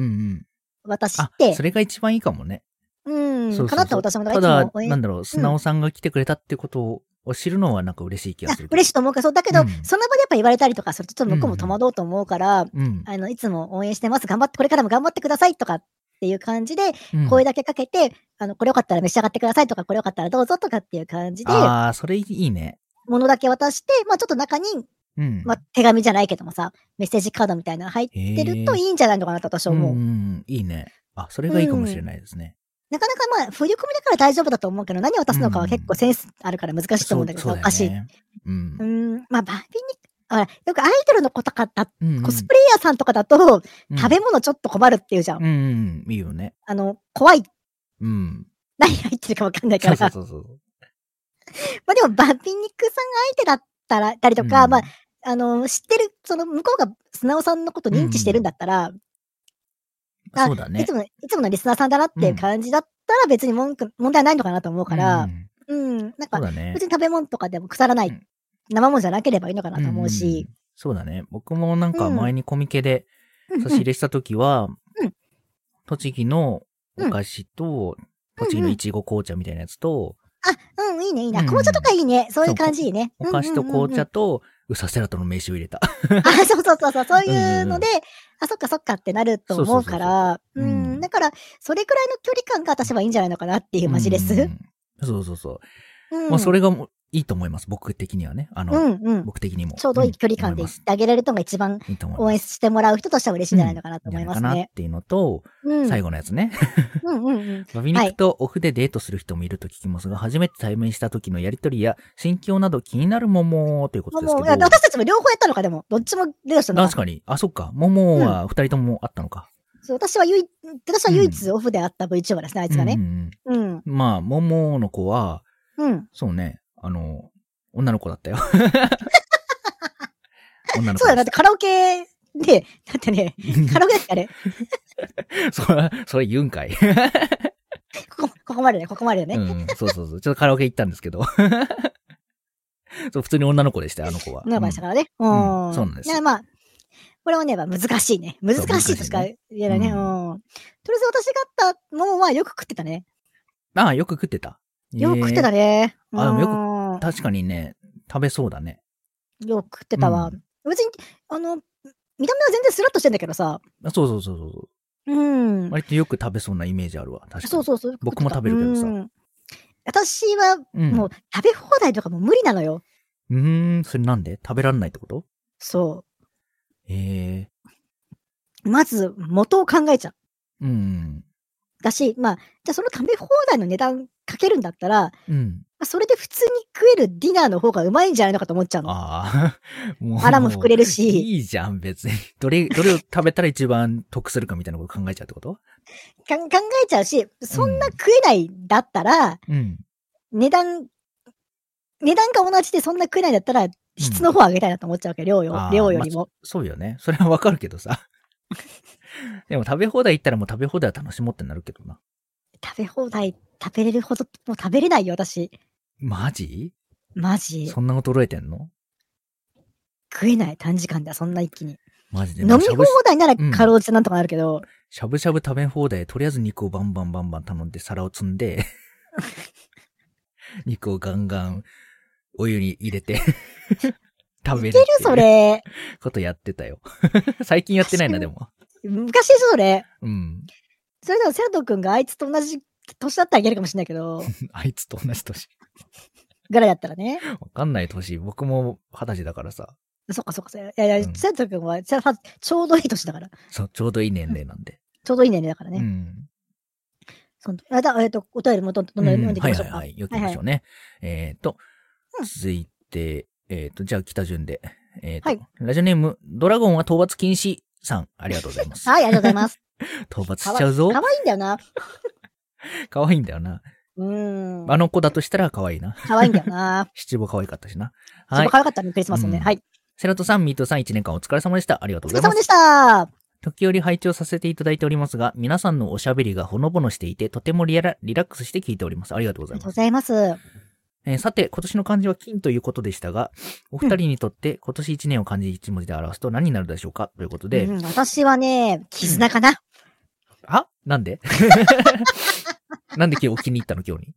渡して、 それが一番いいかもね。 うん。そうそうそうかなって私もただ、なんだろう、素直さんが来てくれたってことを知るのはなんか嬉しい気がする。 嬉しいと思うから、そう。だけど、うん、その場でやっぱ言われたりとかすると、ちょっと向こうも戸惑うと思うから、うんうん、あの、いつも応援してます。頑張って、これからも頑張ってくださいとかっていう感じで、声だけかけて、うん、あの、これよかったら召し上がってくださいとか、これよかったらどうぞとかっていう感じで、 ああ、それいいね。 ものだけ渡して、まあちょっと中に、うん、まあ手紙じゃないけどもさ、メッセージカードみたいなの入ってるといいんじゃないのかなと私は思う。 うん、いいね。あ、それがいいかもしれないですね。 うん、なかなかまあ、振り込みだから大丈夫だと思うけど、何を渡すのかは結構センスあるから難しいと思うんだけど、うん、おかしい。うん。うん、まあ、バビ肉、あら、よくアイドルの子とかだ、うんうん、コスプレイヤーさんとかだと、うん、食べ物ちょっと困るっていうじゃん。 うん、うん、いいよね。 あの、怖い。 うん。 何入ってるかわかんないから。 そうそうそうそう。 まあでも、バビ肉さんが相手だったら、たりとか、うん、まあ、あの、知ってる、その、向こうが素直さんのこと認知してるんだったら、うん、 そうだね。 いつも、いつものリスナーさんだなっていう感じだったら別に文句、問題ないのかなと思うから、うん、うん、なんか、ね、別に食べ物とかでも腐らない、うん、生もんじゃなければいいのかなと思うし、 うん、そうだね。僕もなんか前にコミケで差し入れしたときは、うん、栃木のお菓子と、うん、栃木のいちご紅茶みたいなやつと、 あ、うん、いいね、いいな。紅茶とかいいね。そういう感じいいね。 お菓子と紅茶と、ウサセラトの名刺を入れた。 あ、そうそうそうそう、そういうので、うんうん、あ、そっかそっかってなると思うから、うん、だから、それくらいの距離感が私はいいんじゃないのかなっていうマジです。うん、 そうそうそう。うん、まあ、それがいいと思います。僕的にはね。あの、うんうん、僕的にも。 ちょうどいい距離感で言ってあげられるのが一番応援してもらう人としては嬉しいんじゃないのかなと思いますね。うん、かなっていうのと、うん、最後のやつね。 うんうんうん。 バビ肉とオフでデートする人もいると聞きますが、はい、初めて対面した時のやりとりや心境など気になるももということですけど。 私たちも両方やったのか、でも。どっちもデートしたのか。 確かに。あ、そっか。ももは二人ともあったのか。 うん、そう、私は唯一、私は唯一オフであった VTuber ですね、あいつがね。 うん、うん。うん。まあ、ももの子は、うん。そうね。あの、 女の子だったよ。女の子。 そうだよ、だってカラオケで、だってね、カラオケだってあれ。 それ、それ言うんかい。 ここ、ここまでね、ここまでね。 うん、そうそうそう。ちょっとカラオケ行ったんですけど。そう、普通に女の子でしたよ、あの子は。 女の子でしたからね。ううんん。 そうなんですよいや、まあ、これはね、まあ難しいね。難しいとしか言えないね。ううんん。とりあえず私があったものはよく食ってたね。 ああ、よく食ってた。 よく食ってたね。 あでもよくよ確かにね、食べそうだね。 よく食ってたわ。 うん別に、あの、見た目は全然スラッとしてんだけどさ。 あそうそうそうそう。 うん。 割とよく食べそうなイメージあるわ。確かに。 そうそうそう。 僕も食べるけどさうん私は、 うん。 もう食べ放題とかも無理なのよ。 うーん、それなんで食べられないってことそええう。まず、元を考えちゃう。 うん。 だし、まあ、じゃあその食べ放題の値段かけるんだったら、 うん。 まあそれで普通に食えるディナーの方がうまいんじゃないのかと思っちゃうの。 ああ。もう腹も膨れるし。 いいじゃん、別に。どれ、どれを食べたら一番得するかみたいなこと考えちゃうってことか考えちゃうし、そんな食えないんだったら、 うん。 値段、値段が同じでそんな食えないんだったら、質の方を上げたいなと思っちゃうわけ、量よ、 あー量よりも。 そうよね。それはわかるけどさ。でも食べ放題行ったらもう食べ放題は楽しもうってなるけどな。 食べ放題食べれるほど、もう食べれないよ、私。 マジマジ。 そんな衰えてんの食えない、短時間ではそんな一気に。 マジで。 飲み放題ならうんかろうじてなんとかなるけど、 しゃぶしゃぶ食べ放題、とりあえず肉をバンバンバンバン頼んで皿を積んで、肉をガンガンお湯に入れて食べるいけるそれ。 ことやってたよ。最近やってないな、でも。 昔でしょ、それ。 うん。 それでもセラト君があいつと同じ年だったらいけるかもしれないけど、 あいつと同じ年。 ぐらいだったらね。 わかんない年。僕も二十歳だからさ。 そっかそっか。いやいや、 うんセラト君はちょうどいい年だから。 そう、ちょうどいい年齢なんで。 ちょうどいい年齢だからね。 うん。 そのあだえっと、お便りもどんどんどん読んでいきましょうか。 はいはいはい。よきましょうね。えっと、 うん続いて、えっと、じゃあ北順で。えっと、 はいラジオネーム、ドラゴンは討伐禁止さん、ありがとうございます。 はい、ありがとうございます。 討伐しちゃうぞか。わいいんだよな。 可愛いんだよな。 うーん。 あの子だとしたら可愛いな。 かわいいんだよな。 七五可愛かったしな。 すごいはい。 可愛かったね、クリスマスのね。 うんはい。 セラトさん、ミートさん、一年間お疲れ様でした。ありがとおうございます。 疲れ様でした。 時折拝聴させていただいておりますが、皆さんのおしゃべりがほのぼのしていて、とてもリラリラックスして聞いております。ありがとうごありがとうざいます。 ございます。 えーさて、今年の漢字は金ということでしたが、お二人にとって今年一年を漢字一文字で表すと何になるでしょうかということで、 うん、私はね、絆かな。 あなんでなんで今日気に入ったの今日に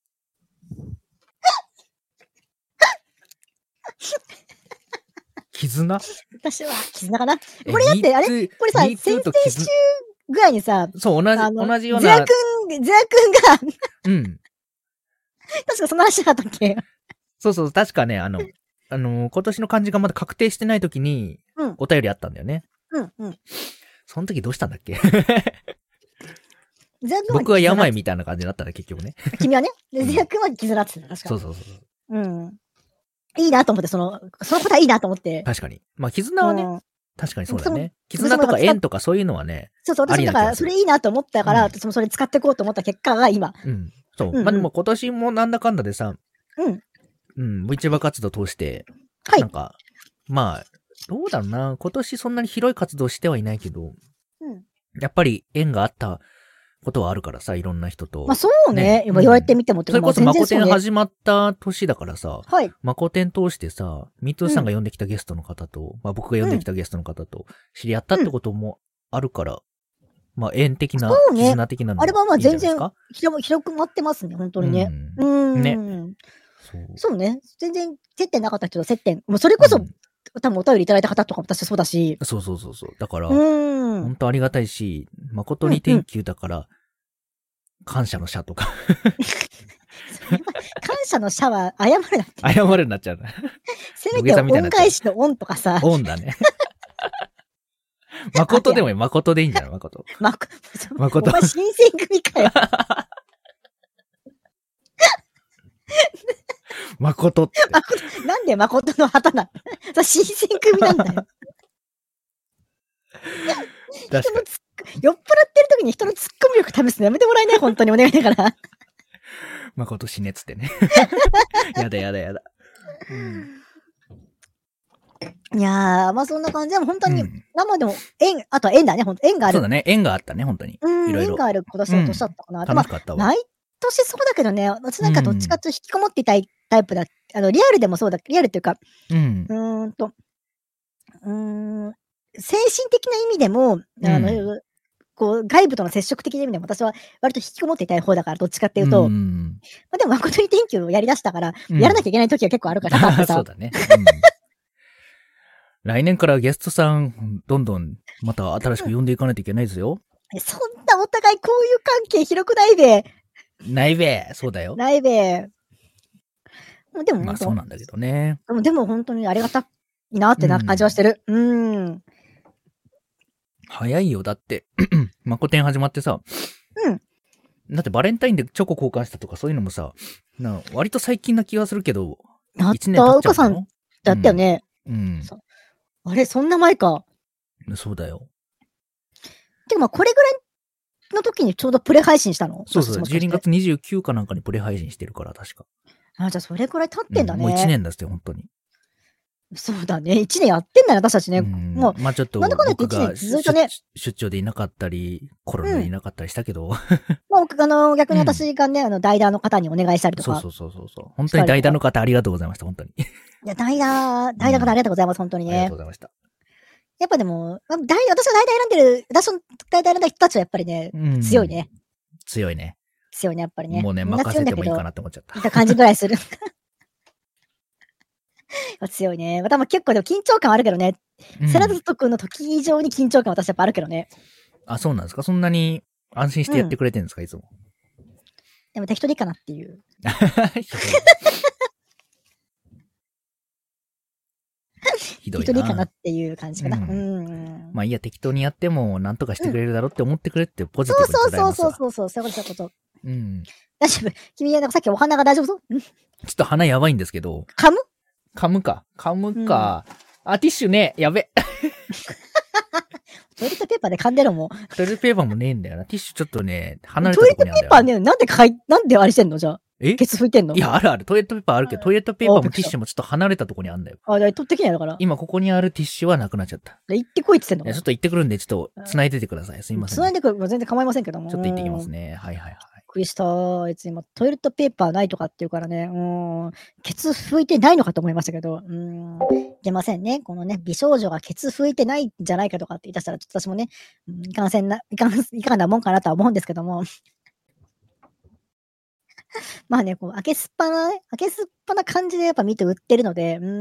絆私は絆かな。こえれだって、あれミーツこれさ、 ミー先々 ツと絆週ぐらいにさ、 そう、同じ、 あの同じようなゼアく、ん、ゼアくんが、 うん。 確かその話だったっけそうそう、確かね、あの、あのー今年の漢字がまだ確定してない時に、 うんお便りあったんだよね。 うん、うん。 その時どうしたんだっけゼアくん僕は病み。 みたいな感じになったら結局ね。 君はね、でゼアくんは絆って言ってた、確かそうそうそうそう。 うん。いいなと思って、その、その答えいいなと思って。 確かに。まあ、絆はね、 うん確かにそうだね。 そ絆とか縁とかそういうのはね、 そうそう、私もだから、 ありな気がするそれいいなと思ったから、 うん私もそれ使っていこうと思った結果が今。 うん。そう。 うんうんまあでも今年もなんだかんだでさ、 うん。 うん、VTuber 活動通して、 はいなんか、まあ、どうだろうな。今年そんなに広い活動してはいないけど、 うん。 やっぱり縁があったことはあるからさ、いろんな人と。 まあそうね。 ね今言われてみてもってそれこそまマコテンあ全然そうね始まった年だからさ、 はい。 マコテン通してさ、ミートゥーさんが呼んできたゲストの方と、まあ僕が呼んできたゲストの方と知り合ったってこともあるから、まあ縁的な、 そうね絆的なのあれはまあいいんじゃないです全か広も広くまってますね、本当にね。 ううんん。 ねね。 そう。 そうね。全然接点なかった人と接点。もうそれこそ、 うん多分お便りいただいた方とかも私そうだし。 そうそうそうそう。だから、 うん。 本当ありがたいし、誠に Thank you だから、感謝の謝とか、 感謝の謝は謝るな。 謝るになっちゃう。 せめて恩返しの恩とかさ。 オンだね。誠でもいい。誠でいいんじゃない誠。 ま、 誠お前新選組かよ。 誠って。 なんで誠の旗なのさ、新選組なんだよ。 確かに。 酔っ払ってる時に人の突っ込み力試すのやめてもらえない本当にお願いだから。 誠死ねっつってね。やだやだやだ。 うん、 いやー、まあそんな感じでも本当に、生でも縁、あとは縁だね、本当縁がある。 そうだね、縁があったね、本当に。 うん、 いろいろ縁がある今年の年だったかな。 うん、楽しかったわ。 毎年そうだけどね、私なんかどっちかと引きこもっていたいタイプだ。あの、リアルでもそうだ、リアルっていうか、 うん、 うーんと、うーん、精神的な意味でも、あの、うん、こう、外部との接触的な意味でも私は割と引きこもっていたい方だから、どっちかっていうと、うん、まあ、でも誠に天気をやり出したから、うん、やらなきゃいけない時は結構あるからさ。 そうだね。うん、来年からゲストさん、どんどん、また新しく呼んでいかないといけないですよ。 うん、そんなお互いこういう関係広くないべ。 ないべ。そうだよ。 ないべ。でも、 まあそうなんだけどね。 でも、でも本当にありがたいなってな感じはしてる。うん。うん早いよ。だって、マコテン始まってさ。 うん。 だってバレンタインでチョコ交換したとかそういうのもさ、な割と最近な気がするけど、いちねん経っちゃうの？うかさんだったよね。 うん。うん、 あれ、そんな前か。 そうだよ。 てかまあこれぐらいの時にちょうどプレ配信したの？ そうそう、じゅうにがつにじゅうくにちかなんかにプレ配信してるから、確か。 あ、じゃあそれくらい経ってんだね。 うん、もういちねんだって、本当に。 そうだね。いちねんやってんだね、私たちね。うん、もう、 まあちょっと、 なんだかんだ言っていちねん続いたね。 出張でいなかったり、コロナでいなかったりしたけど。うん、 まあ、あの、逆に私がね、うん、あの、代打の方にお願いしたりとか。 そうそうそうそう。本当に代打の方ありがとうございました、本当に。いや、代打、代打の方ありがとうございます、本当にね。 ありがとうございました。 やっぱでも、代私が代打選んでる、私の代打選んだ人たちはやっぱりね、うん、強いね。 強いね。 強いね、やっぱりね。 もうね、任せてもいいかなって思っちゃった。 いた感じぐらいする。強いね。また結構でも緊張感あるけどね。うん、セラト君の時以上に緊張感私やっぱあるけどね。 あ、そうなんですか？そんなに安心してやってくれてるんですか、うん、いつも。 でも適当でいいかなっていう。 ひどいな。 適当でいいかなっていう感じかな。うん。うん、 まあいいや、適当にやっても何とかしてくれるだろうって思ってくれってポジティブに捉えますわ。 そうそうそうそう、そういうことそういうこと。 うん。 大丈夫。君はさっきお花が大丈夫そう？ ちょっと鼻やばいんですけど。 噛む？ 噛むか。噛むか。うん、あ、ティッシュね。やべ。 トイレットペーパーで噛んでるもん。 トイレットペーパーもねえんだよな。ティッシュちょっとね、離れたとこにあるんだよ。 トイレットペーパーね、なんでかい、なんであれしてんのじゃあ。 え？ ケツ拭いてんの？ いや、あるある。トイレットペーパーあるけど、トイレットペーパーもティッシュもちょっと離れたとこにあるんだよ。 あ、じゃあ取ってきないだから。 今ここにあるティッシュはなくなっちゃった。 行ってこいって言ってんの？ いや、ちょっと行ってくるんで、ちょっと繋いでてください。すいません、 ね。繋いでくる、全然構いませんけども。 ちょっと行ってきますね。はいはいはい。 びっくりした。あいつ今トイレットペーパーないとかっていうからね、うん、ケツ拭いてないのかと思いましたけど、うん、出ませんね。このね、美少女がケツ拭いてないんじゃないかとかって言い出したら、ちょっと私もね、うん、いかんせんな、いかん、いかんなもんかなとは思うんですけども。まあね、こう、開けすっぱな、ね、開けすっぱな感じでやっぱ見て売ってるので、うん、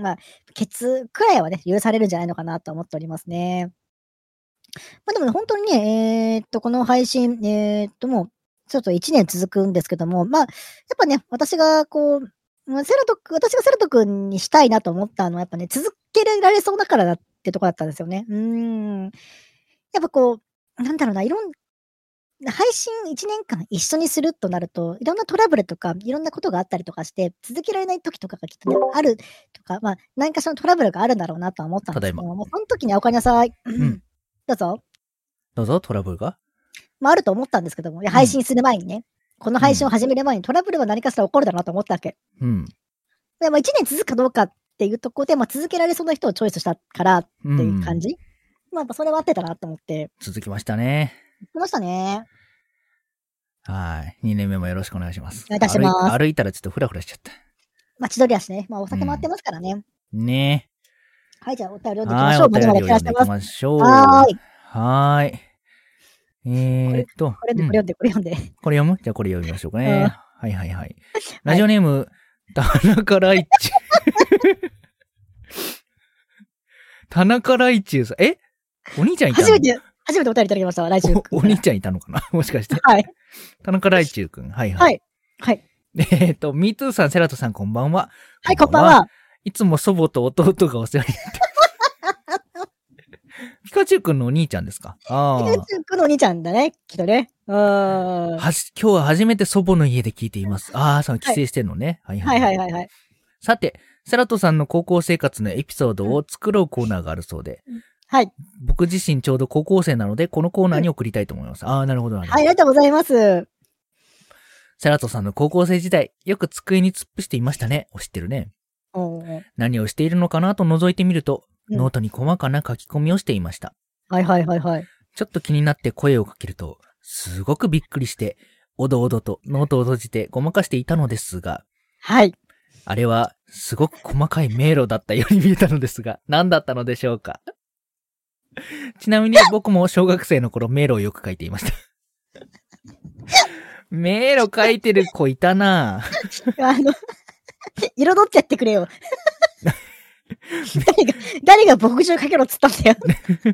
まあ、ケツくらいはね、許されるんじゃないのかなと思っておりますね。まあでもね、本当にね、えー、っと、この配信、えー、っと、もう、ちょっといちねん続くんですけども、まあ、やっぱね、私がこう、セラト君、私がセラト君にしたいなと思ったのは、やっぱね、続けられそうだからだってとこだったんですよね。うーん。やっぱこう、なんだろうな、いろん、配信いちねんかん一緒にするとなると、いろんなトラブルとか、いろんなことがあったりとかして、続けられない時とかがきっとね、あるとか、まあ、何かしらのトラブルがあるんだろうなとは思ったんですけども、もうその時におかえりなさい。うん。どうぞ。 どうぞ、トラブルがまあ、あると思ったんですけども、いや配信する前にね、うん、この配信を始める前にトラブルは何かしら起こるだろうなと思ったわけ。 うん。 でもいちねん続くかどうかっていうところで、まあ、続けられそうな人をチョイスしたからっていう感じ。うん、まあ、やっぱそれは合ってたなと思って。 続きましたね。 続きましたね。 はい。にねんめもよろしくお願いします。 お願いいたします。 歩いたらちょっとフラフラしちゃった。 まあ、千鳥足ね。まあ、お酒回ってますからね。 うん、ねえ。はい、じゃあお便り読んでいきましょう。 まだまだ読んでいきましょう。 はーい。 はーい。えーっと。 これ、これ読んで、これ読んで。 これ読む？じゃあこれ読みましょうかね。はいはいはい。ラジオネーム、田中ライチ。田中ライチさん。えお兄ちゃんいたの？ 初めて、初めてお便りいただきました、ライチュウ君。 お兄ちゃんいたのかなもしかして。 はい。 田中ライチュウ君。はいはい。はい。はい。 えっと、ミートゥーさん、セラトさん、こんばんは。 はい、こんばんは。 いつも祖母と弟がお世話になって。ピカチュウ君のお兄ちゃんですか？ああ。ピカチュウ君のお兄ちゃんだね、きっとね。うん。 はし、今日は初めて祖母の家で聞いています。ああ、その帰省してんのね。 はい、はい、はいはいはい。 さて、セラトさんの高校生活のエピソードを作ろうコーナーがあるそうで。 うんはい。 僕自身ちょうど高校生なので、このコーナーに送りたいと思います。うん、ああ、なるほどなるほど。 はい、ありがとうございます。 セラトさんの高校生時代、よく机に突っ伏していましたね。を知ってるね。 うん。 うんうん。 何をしているのかなと覗いてみると、 うんノートに細かな書き込みをしていました。 はいはいはいはい。 ちょっと気になって声をかけると、すごくびっくりして、おどおどとノートを閉じてごまかしていたのですが、 はい。 あれはすごく細かい迷路だったように見えたのですが、何だったのでしょうか。ちなみに僕も小学生の頃迷路をよく書いていました。迷路書いてる子いたなぁ。 あの、彩ってやってくれよ。誰が、誰が牧場かけろっつったんだよ。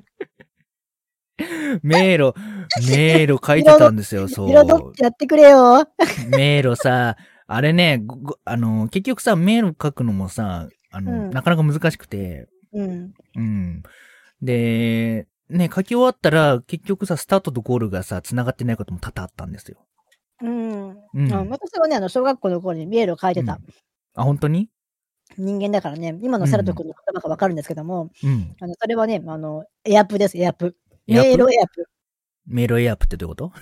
迷路、迷路書いてたんですよ、そう。 彩ってやってくれよ。 迷路さ、あれね、ごあの、結局さ、迷路書くのもさ、あの、 うんなかなか難しくて、 うん。 うん。で、ね、書き終わったら、結局さ、スタートとゴールがさ、繋がってないことも多々あったんですよ。 うん。 うん。 あ私はね、あの、小学校の頃に迷路を書いてたうんあ、本当に人間だからね、今のセラト君の言葉がわかるんですけども、 うん。 あの、それはね、あの、エアプです、エアプ。 エアプ迷路エアプ。 迷路エアップってどういうこと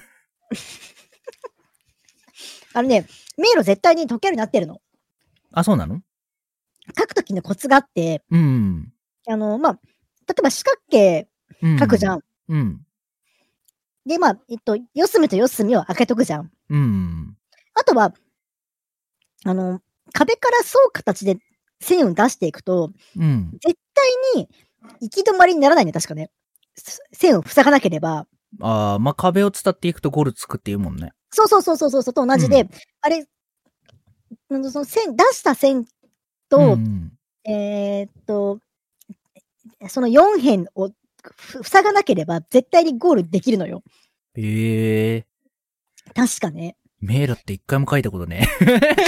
あのね、迷路絶対に解けるようになってるの。 あ、そうなの書くときのコツがあって、 うん。 あの、まあ、例えば四角形うん。 書くじゃん。 うん。 で、まあ、えっと、四隅と四隅を開けとくじゃん。 うん。 あとは、あの、壁から沿う形で線を出していくと、 うん。 絶対に行き止まりにならないね、確かね。す線を塞がなければ。 ああ、まあ、壁を伝っていくとゴールつくっていうもんね。 そうそうそうそうそう、と同じで、 うんあれ、あのその線、出した線と、 うんえーっと、そのよん辺をふ塞がなければ絶対にゴールできるのよ。 へえ。 確かね。 迷路って一回も書いたことね。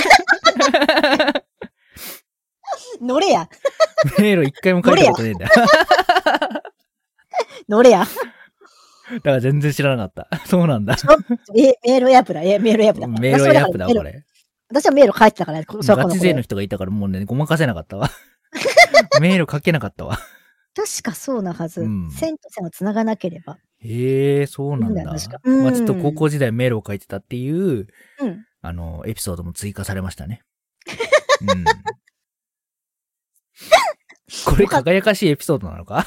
乗れや。 迷路一回も書いたことねえんだよ。 乗れや。 だから全然知らなかった。そうなんだ。 え、迷路エアップだ。え、迷路エアップだ。 迷路エアップだ、これ。 私は迷路書いてたから、 ガチ勢の人がいたからもうね、ごまかせなかったわ。迷路書けなかったわ。 確かそうなはず。 うん、 線と線を繋がなければ。 へえ、そうなんだ。まあちょっと高校時代迷路を書いてたっていう、 うん、 あの、エピソードも追加されましたね。うん、これ輝かしいエピソードなのか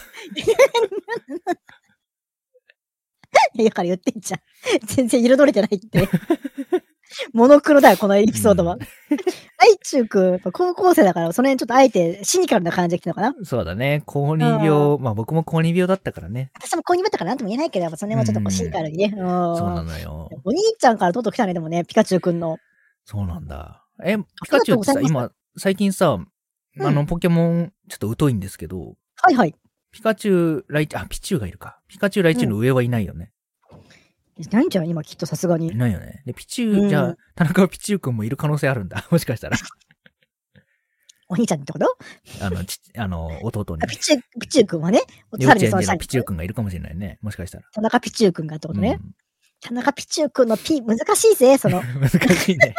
いやから言ってんじゃん。全然彩れてないって。モノクロだよ、このエピソードは。アイチューくん、やっぱ高校生だから、その辺ちょっとあえてシニカルな感じで来たのかな。 そうだね。高に病、まあ僕も高に病だったからね。 私も高に病だったからなんとも言えないけど、やっぱその辺はちょっとこうシニカルにね。 そうなのよ。 お兄ちゃんからとうとう来たね、でもね、ピカチュウくんの。 そうなんだ。え、ピカチュウってさ、今、最近さ、あの、ポケモン、ちょっと疎いんですけど。 はいはい。 ピカチュウ、ライチュウ、あ、ピチュウがいるか。ピカチュウ、ライチュウの上はいないよね。 いないんじゃん今きっとさすがに。 いないよね。で、ピチュウ、じゃあ、田中ピチュウくんもいる可能性あるんだ。もしかしたら。 お兄ちゃんってことあの、ち、あの、弟に。 ピチュウ、ピチュウくんはね。 幼稚園でのピチュウくんがいるかもしれないね。もしかしたら。 田中ピチュウくんがってことね。うん、田中ピチュウくんの P、難しいぜ、その。 難しいね。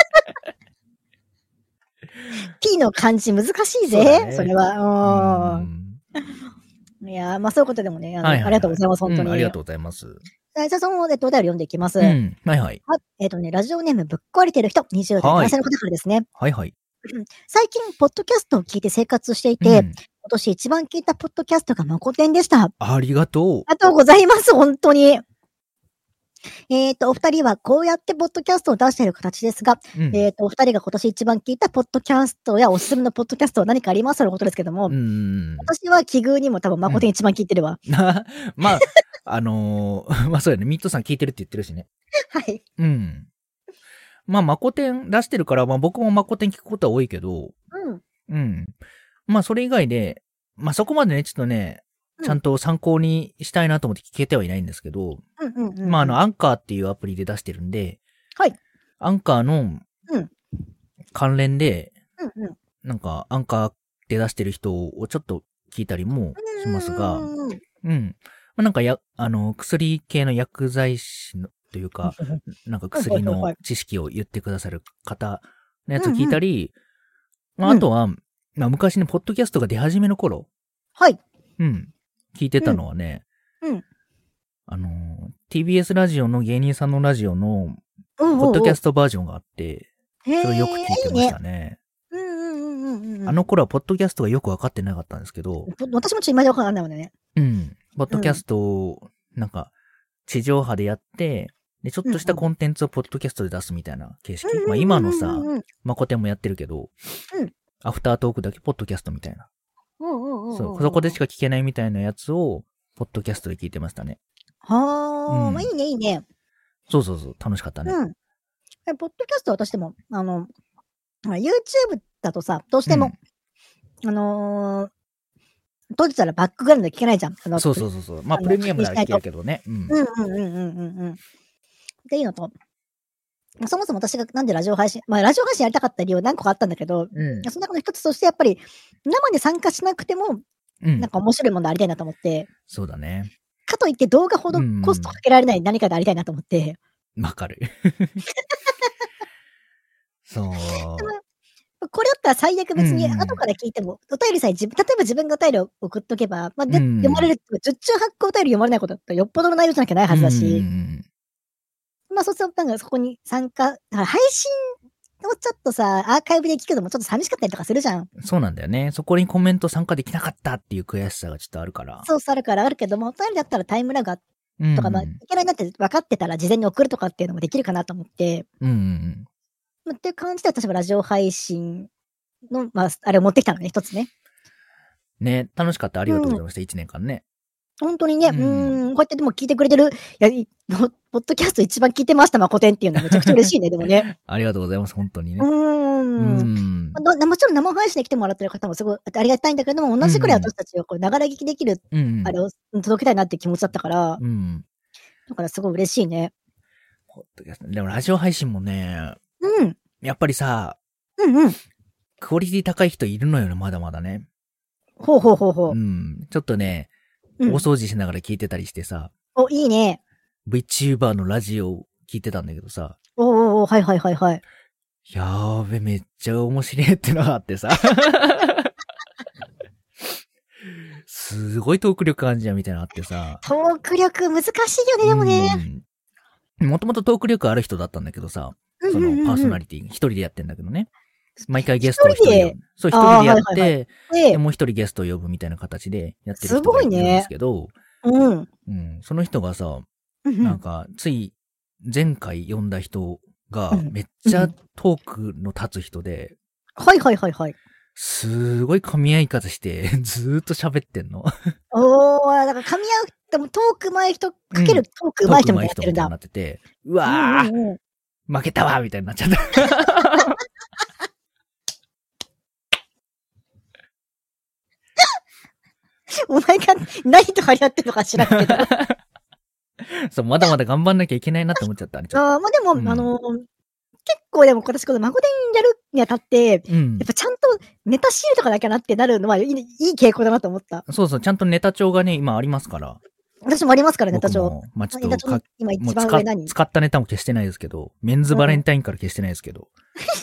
P の漢字難しいぜ、そ, ね、それは。うん。いやまあそういうことでもね、あの、はいはいはい、ありがとうございます、本当に。 うん、ありがとうございます。 じゃあ、その、えっと、お便り読んでいきます。 うん。はいはい。 はえっとね、ラジオネームぶっ壊れてる人、にじゅう代男性の方からですね。 はいはい。 最近、ポッドキャストを聞いて生活していて、うん、今年一番聞いたポッドキャストがまこてんでした。 ありがとう。 ありがとうございます、本当に。えっと、お二人はこうやってポッドキャストを出している形ですが、うん、えっと、お二人が今年一番聞いたポッドキャストやおすすめのポッドキャストは何かありますということですけども、うん、私は奇遇にも多分まこてん一番聞いてるわ。 うん、まあ、あのー、まあそうやね、ミッドさん聞いてるって言ってるしね。 はい。 うん。まあ、まこてん出してるから、まあ僕もまこてん聞くことは多いけど、 うん。 うん。まあそれ以外で、まあそこまでね、ちょっとね、ちゃんと参考にしたいなと思って聞けてはいないんですけど、 うんうんうんうん、 まああの、アンカーっていうアプリで出してるんで、 はい。 アンカーの関連で、 うんうん、 なんかアンカーで出してる人をちょっと聞いたりもしますが、うん。うんまあ、なんかや、あの、薬系の薬剤師のというか、なんか薬の知識を言ってくださる方のやつ聞いたり、うんうんまあ、あとは、まあ昔ね、ポッドキャストが出始めの頃、 はい。 うん。聞いてたのはね、 うん。うん、 あの、ティービーエス ラジオの芸人さんのラジオの、ポッドキャストバージョンがあって、それをよく聞いてましたね。 うんうんうんうんうん。 うん。 あの頃はポッドキャストがよくわかってなかったんですけど、 私もちょっと今でわかんないもんね。 うん。ポッドキャストを、なんか、地上波でやって、で、ちょっとしたコンテンツをポッドキャストで出すみたいな形式。まあ今のさ、まこてんもやってるけど、 うん。 アフタートークだけポッドキャストみたいな。 うんうんうん。 そう、そこでしか聞けないみたいなやつを、ポッドキャストで聞いてましたね。 はあ、うん、まあいいね、いいね。 そうそうそう、楽しかったね。 うん。ポッドキャストは私でも、あの、YouTube だとさ、どうしても、うん、あのー、閉じたらバックグラウンドで聞けないじゃん。 そうそうそうそう。まあ、プレミアムなら聞けるけどね。 うん。うんうんうんうんうんうん。っていうのと、そもそも私がなんでラジオ配信、まあラジオ配信やりたかった理由何個かあったんだけど、うん、その中の一つとしてやっぱり生で参加しなくても、うん、なんか面白いものありたいなと思って。 そうだね。 かといって動画ほどコストかけられない何かでありたいなと思って。 わ、うん、かる。そう。 これだったら最悪別に後から聞いても、お便りさえ自分、例えば自分がお便りを送っとけば、まあ、で、うん、読まれる、十中八九お便り読まれないことだったらよっぽどの内容じゃなきゃないはずだし、うん、まあそうすると、なんかそこに参加、配信をちょっとさ、アーカイブで聞くのもちょっと寂しかったりとかするじゃん。 そうなんだよね。そこにコメント参加できなかったっていう悔しさがちょっとあるから。 そうそうあるからあるけども、お便りだったらタイムラグとか、まあ、いけないなって分かってたら事前に送るとかっていうのもできるかなと思って、 うんうんうん。っていう感じで私はラジオ配信の、まあ、あれを持ってきたのね、一つね。 ね、楽しかった。ありがとうございました。一、うん、年間ね。 本当にね、うん、んこうやってでも聞いてくれてる、いや、ポッドキャスト一番聞いてました、まこてんっていうのはめちゃくちゃ嬉しいね、でもね。 ありがとうございます、本当にね。 うーん。うんもちろん生配信で来てもらってる方もすごいありがたいんだけども、同じくらい私たちはこう、ながら聞きできる、うん、あれを届けたいなっていう気持ちだったから、うん、だからすごい嬉しいね。 でもラジオ配信もね、 うん。 やっぱりさ、 うんうん。 クオリティ高い人いるのよね、まだまだね。 ほうほうほうほう。 うん。ちょっとね、うん、大掃除しながら聞いてたりしてさ。 お、いいね。 VTuber のラジオを聞いてたんだけどさ。 おおおはいはいはいはい。 やーべ、めっちゃ面白いってのがあってさ。すごいトーク力あんじゃんみたいなのあってさ。 トーク力難しいよね、でもね。 もともとトーク力ある人だったんだけどさ。そのパーソナリティ、一人でやってんだけどね。毎回ゲストを一人で、そう、一人でやって、はいはいはい、でもう一人ゲストを呼ぶみたいな形でやってる人がいるんですけど、 すごいね。うん。 うん。その人がさ、なんか、つい前回呼んだ人がめっちゃトークの立つ人で、 うん、はいはいはいはい。 すごい噛み合い方して、ずーっと喋ってんの。 おー、だから噛み合う、でもトーク上手い人かけるトーク上手い人もやってるんだ。 トーク上手い人みたいになってて、うわー、うんうんうん、負けたわみたいになっちゃった。 お前が何と張り合ってるのか知らんけど。 そう、まだまだ頑張んなきゃいけないなって思っちゃった。ああ、まあでも、うん、あのー、結構でも私このマゴデンやるにあたって、うん、やっぱちゃんとネタシールとかなきゃなってなるのはいい、いい傾向だなと思った。 そうそう、ちゃんとネタ帳がね、今ありますから。 私もありますから、ネタ帳。 まあちょっと、 今一番上何使ったネタも消してないですけど、メンズバレンタインから消してないですけど。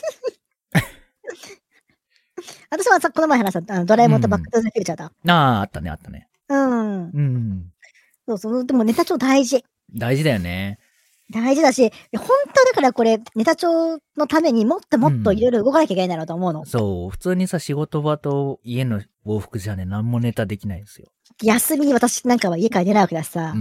私はさ、この前話したあのドラえもんとバックトゥザフューチャーだ。 うん、ああ、あったね、あったね。 うん。うん。そうそう、でもネタ帳大事。 大事だよね。 大事だし、本当だからこれ、ネタ帳のためにもっともっといろいろ動かなきゃいけないんだろうと思うの、うん。 そう、普通にさ、仕事場と家の往復じゃね、何もネタできないんですよ。 休みに私なんかは家から出ないわけだしさ。 うん。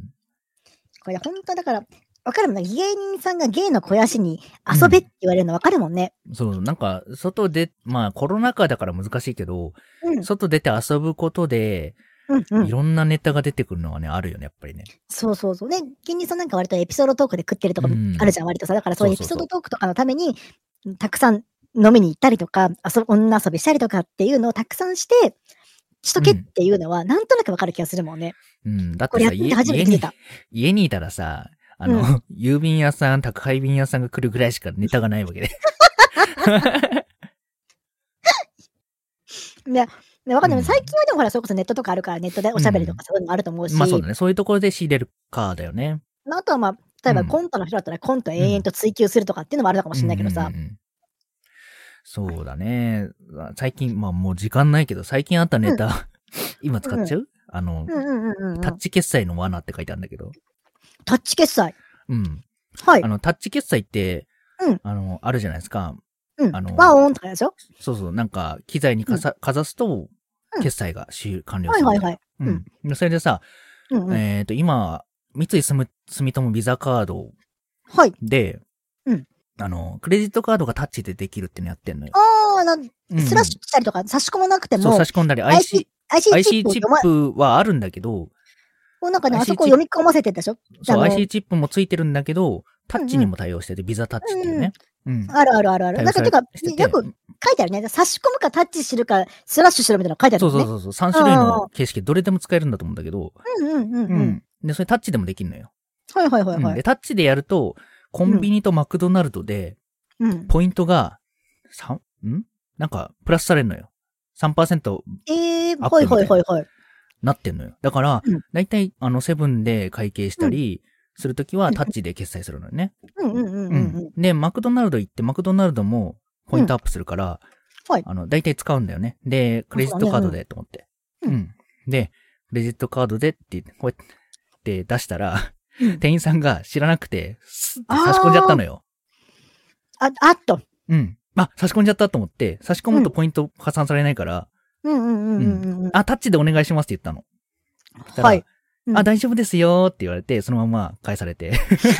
これ本当だから、わかるもんね。芸人さんが芸の肥やしに遊べって言われるのわかるもんね、 うん。そう、なんか、外で、まあコロナ禍だから難しいけど、うん、外出て遊ぶことで、うんうん、いろんなネタが出てくるのはね、あるよね、やっぱりね。 そうそうそう。ね、芸人さんなんか割とエピソードトークで食ってるとこあるじゃん、うん、割とさ。だからそういうエピソードトークとかのために、たくさん飲みに行ったりとか、遊女遊びしたりとかっていうのをたくさんして、しとけっていうのは、なんとなくわかる気がするもんね。 うん。だってさ、家, 家, に家にいたらさ、あの、うん、郵便屋さん、宅配便屋さんが来るぐらいしかネタがないわけで。いや、わかんない。最近はでもほら、それこそネットとかあるから、ネットでおしゃべりとかそういうのもあると思うし。 うん、まあそうだね。そういうところで仕入れるかだよね。 あとはまあ、例えばコントの人だったらコント延々と追求するとかっていうのもあるのかもしれないけどさ。 うんうんうんうん、そうだね。最近、まあもう時間ないけど、最近あったネタ、うん、今使っちゃう、うん、あの、うんうんうんうん、タッチ決済の罠って書いてあるんだけど。 タッチ決済うん。 はい。 あの、タッチ決済って、 うん、 あの、あるじゃないですか。 うん。 あの、 ワンオンとかでしょ？ そうそう、なんか、機材にかさ、かざすと、決済が完了する。 はいはいはい。 うん。それでさ、 うんうん、 えっと、今、三井住友ビザカードで、 はい。うん。 あの、クレジットカードがタッチでできるってのやってんのよ。 ああ、な、スラッシュしたりとか、差し込まなくても。 そう、差し込んだり、IC、 IC, IC チップはあるんだけど、 もうなんかね、あそこ読み込ませてたでしょ？ そう、アイシー チップもついてるんだけど、タッチにも対応してて、ビザタッチっていうね。うん。 あるあるあるある。なんか、てか、よく書いてあるね。差し込むかタッチするか、スラッシュするみたいなの書いてあるね。 そうそうそうそう。さん種類の形式、どれでも使えるんだと思うんだけど。 うんうんうんうん。 で、それタッチでもできるのよ。 はいはいはいはい。 で、タッチでやると、コンビニとマクドナルドで、ポイントが、さん、んなんか、プラスされるのよ。さんパーセント。 えー、はいはいはいはい。 なってんのよ。だから、だいたい、あの、セブンで会計したり、するときはタッチで決済するのよね。 うんうんうんうん。 で、マクドナルド行って、マクドナルドもポイントアップするから、 はい。 あの、だいたい使うんだよね。で、クレジットカードで、と思って。うん。で、クレジットカードでって、こうやって出したら、店員さんが知らなくて、スッて差し込んじゃったのよ。 あ、あっと。 うん。あ、差し込んじゃったと思って、差し込むとポイント加算されないから、 うんうんうんうん。 あ、タッチでお願いしますって言ったの。 はい。 あ、大丈夫ですよって言われて、そのまま返されて。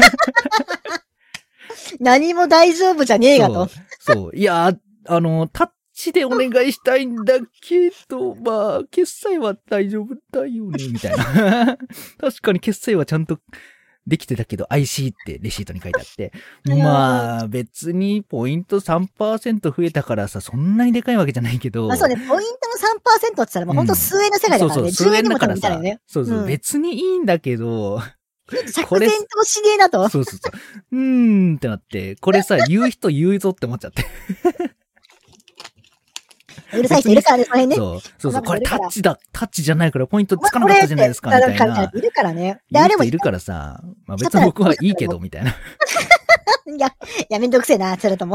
何も大丈夫じゃねえがと。 そう。そういや、あの、タッチでお願いしたいんだけど、まあ、決済は大丈夫だよね、みたいな。確かに決済はちゃんとできてたけど、アイシー ってレシートに書いてあって。まあ、別にポイント さんパーセント 増えたからさ、そんなにでかいわけじゃないけど。 まあそうね、ポイントの さんパーセント って言ったらもうほんと数円の世界だからね。 そうそう、数円だからさ、 さ、そうそう、別にいいんだけど、 釈然としねえなと。 そうそうそう。うーんってなって、これさ、言う人言うぞって思っちゃって。 うるさい人いるからね、その辺ね。 そう。そうそう。これタッチだ、タッチじゃないからポイントつかなかったじゃないですか、みたいな。 いるからね。 で、あれもいるからさ、まあ別に僕はいいけど、みたいな。 いや、いや、めんどくせえな、それとも。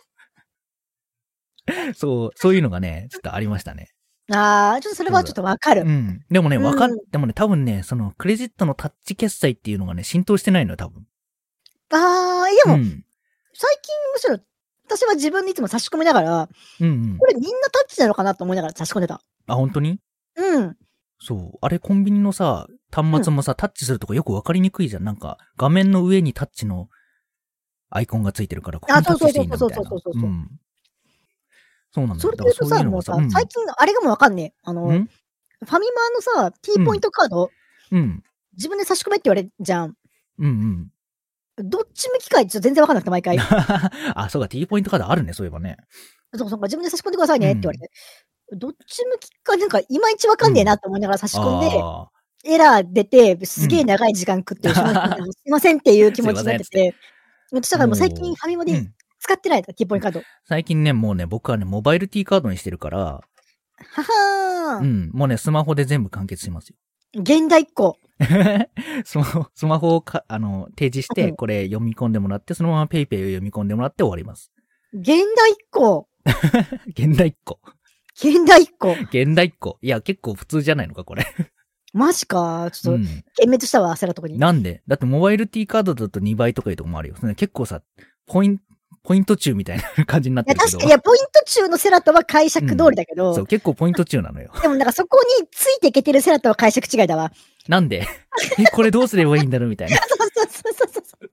そう、そういうのがね、ちょっとありましたね。 ああ、ちょっとそれはちょっとわかる。 うん。でもね、わかる、でもね、多分ね、その、クレジットのタッチ決済っていうのがね、浸透してないのよ、多分。 ああ、でも、最近むしろ、私は自分でいつも差し込みながら、うんうん、これみんなタッチなのかなと思いながら差し込んでた。 あ、本当に？ うん。 そう。あれ、コンビニのさ、端末もさ、うん、タッチするとこよくわかりにくいじゃん。なんか、画面の上にタッチのアイコンがついてるから、ここにタッチしていいんだみたいな。そうそうそうそうそう。うん。そうなんだよ。 それで言うとさ、もうさ、最近、あれがもうわかんねえ。あの、ファミマのさ、T ポイントカード、うん。自分で差し込めって言われるじゃん。 うんうん。 どっち向きかちょっと全然わかんなくて、毎回。 あ、そうか、T ポイントカードあるね、そういえばね。 そうそう、自分で差し込んでくださいねって言われて。うん、どっち向きか、なんか、いまいちわかんねえなって思いながら差し込んで、うん、エラー出て、すげえ長い時間食って、うん、すいませんっていう気持ちになってて。私だからもう最近ファミマで使ってない、T ポイントカード。 最近ね、もうね、僕はね、モバイル T カードにしてるから、 ははー。 うん、もうね、スマホで全部完結しますよ。 現代っ子。 スマホ、スマホをか、あの、提示して、これ読み込んでもらって、そのままペイペイを読み込んでもらって終わります。 現代っ子。 現代っ子。 現代っ子。 現代っ子。いや、結構普通じゃないのか、これ。 マジか。ちょっと、幻滅したわ、焦らとこに。 なんで？だってモバイル T カードだとにばいとかいうとこもあるよ。結構さ、ポイント、ポイント中みたいな感じになってるけど。 いや、確かに、いや、ポイント中のセラトは解釈通りだけど。 うん、そう、結構ポイント中なのよ。 でもなんかそこについていけてるセラトは解釈違いだわ。 なんでえ、これどうすればいいんだろうみたいな。 そうそうそうそうそう。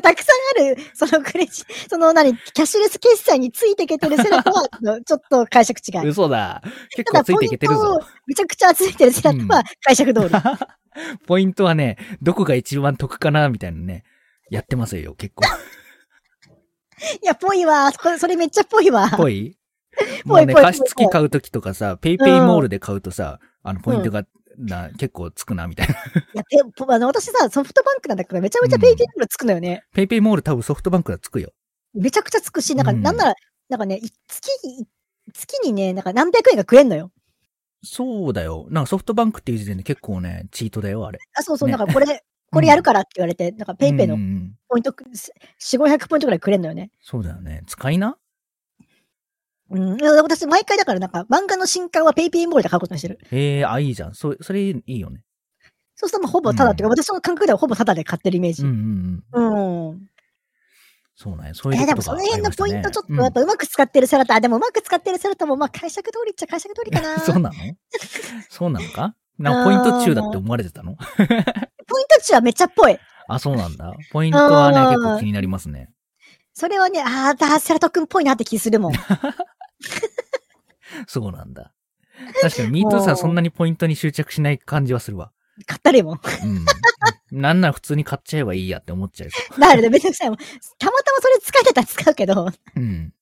たくさんある、そのクレジ、その何、キャッシュレス決済についていけてるセラトは、ちょっと解釈違い。 嘘だ。結構ついていけてるぞ。 めちゃくちゃついてるセラトは解釈通り。 うん、ポイントはね、どこが一番得かなみたいなね、やってますよ、結構。 いや、ぽいわ。それめっちゃぽいわ。 ぽいもうね、加湿器買うときとかさ、ペイペイモールで買うとさ、あの、ポイントが、な、結構つくな、みたいな。いや、ペあの、私さ、ソフトバンクなんだけど、めちゃめちゃペイペイモールつくのよね。 ペイペイモール多分ソフトバンクがつくよ。 めちゃくちゃつくし、なんか、なんなら、なんかね、月、月にね、なんか何百円が食えんのよ。 そうだよ。なんかソフトバンクっていう時点で結構ね、チートだよ、あれ。 あ、そうそう、なんかこれ、これやるからって言われて、なんかペイペイのポイント、よん、ごひゃくポイントくらいくれんのよね。 そうだよね。使いな？ うん。私、毎回だからなんか、漫画の新刊はペイペイモールで買うことにしてる。 へえ、あ、いいじゃん。そ、それいいよね。 そうするとほぼタダっていうか、私の感覚ではほぼタダで買ってるイメージ。 うんうんうん。 うん。 そうなんや。そういうえー、でこともその辺のがありましたね。 ポイントちょっとうんやっぱうまく使ってるセラタ、あ、でもうまく使ってるセラタもまあ解釈通りっちゃ解釈通りかな。 そうなのそうなのかなんかポイント中だって思われてたのポイント中はめっちゃっぽい。 あ、そうなんだ。ポイントはね、 うん結構気になりますね。 それはね、あー、セラト君っぽいなって気するもん。 そうなんだ。確かに、ミートゥーさんそんなにポイントに執着しない感じはするわ。 買ったりもん。 うん。なんなら普通に買っちゃえばいいやって思っちゃう。 だからね、めちゃくちゃもん。たまたまそれ使えてたら使うけど、 うん。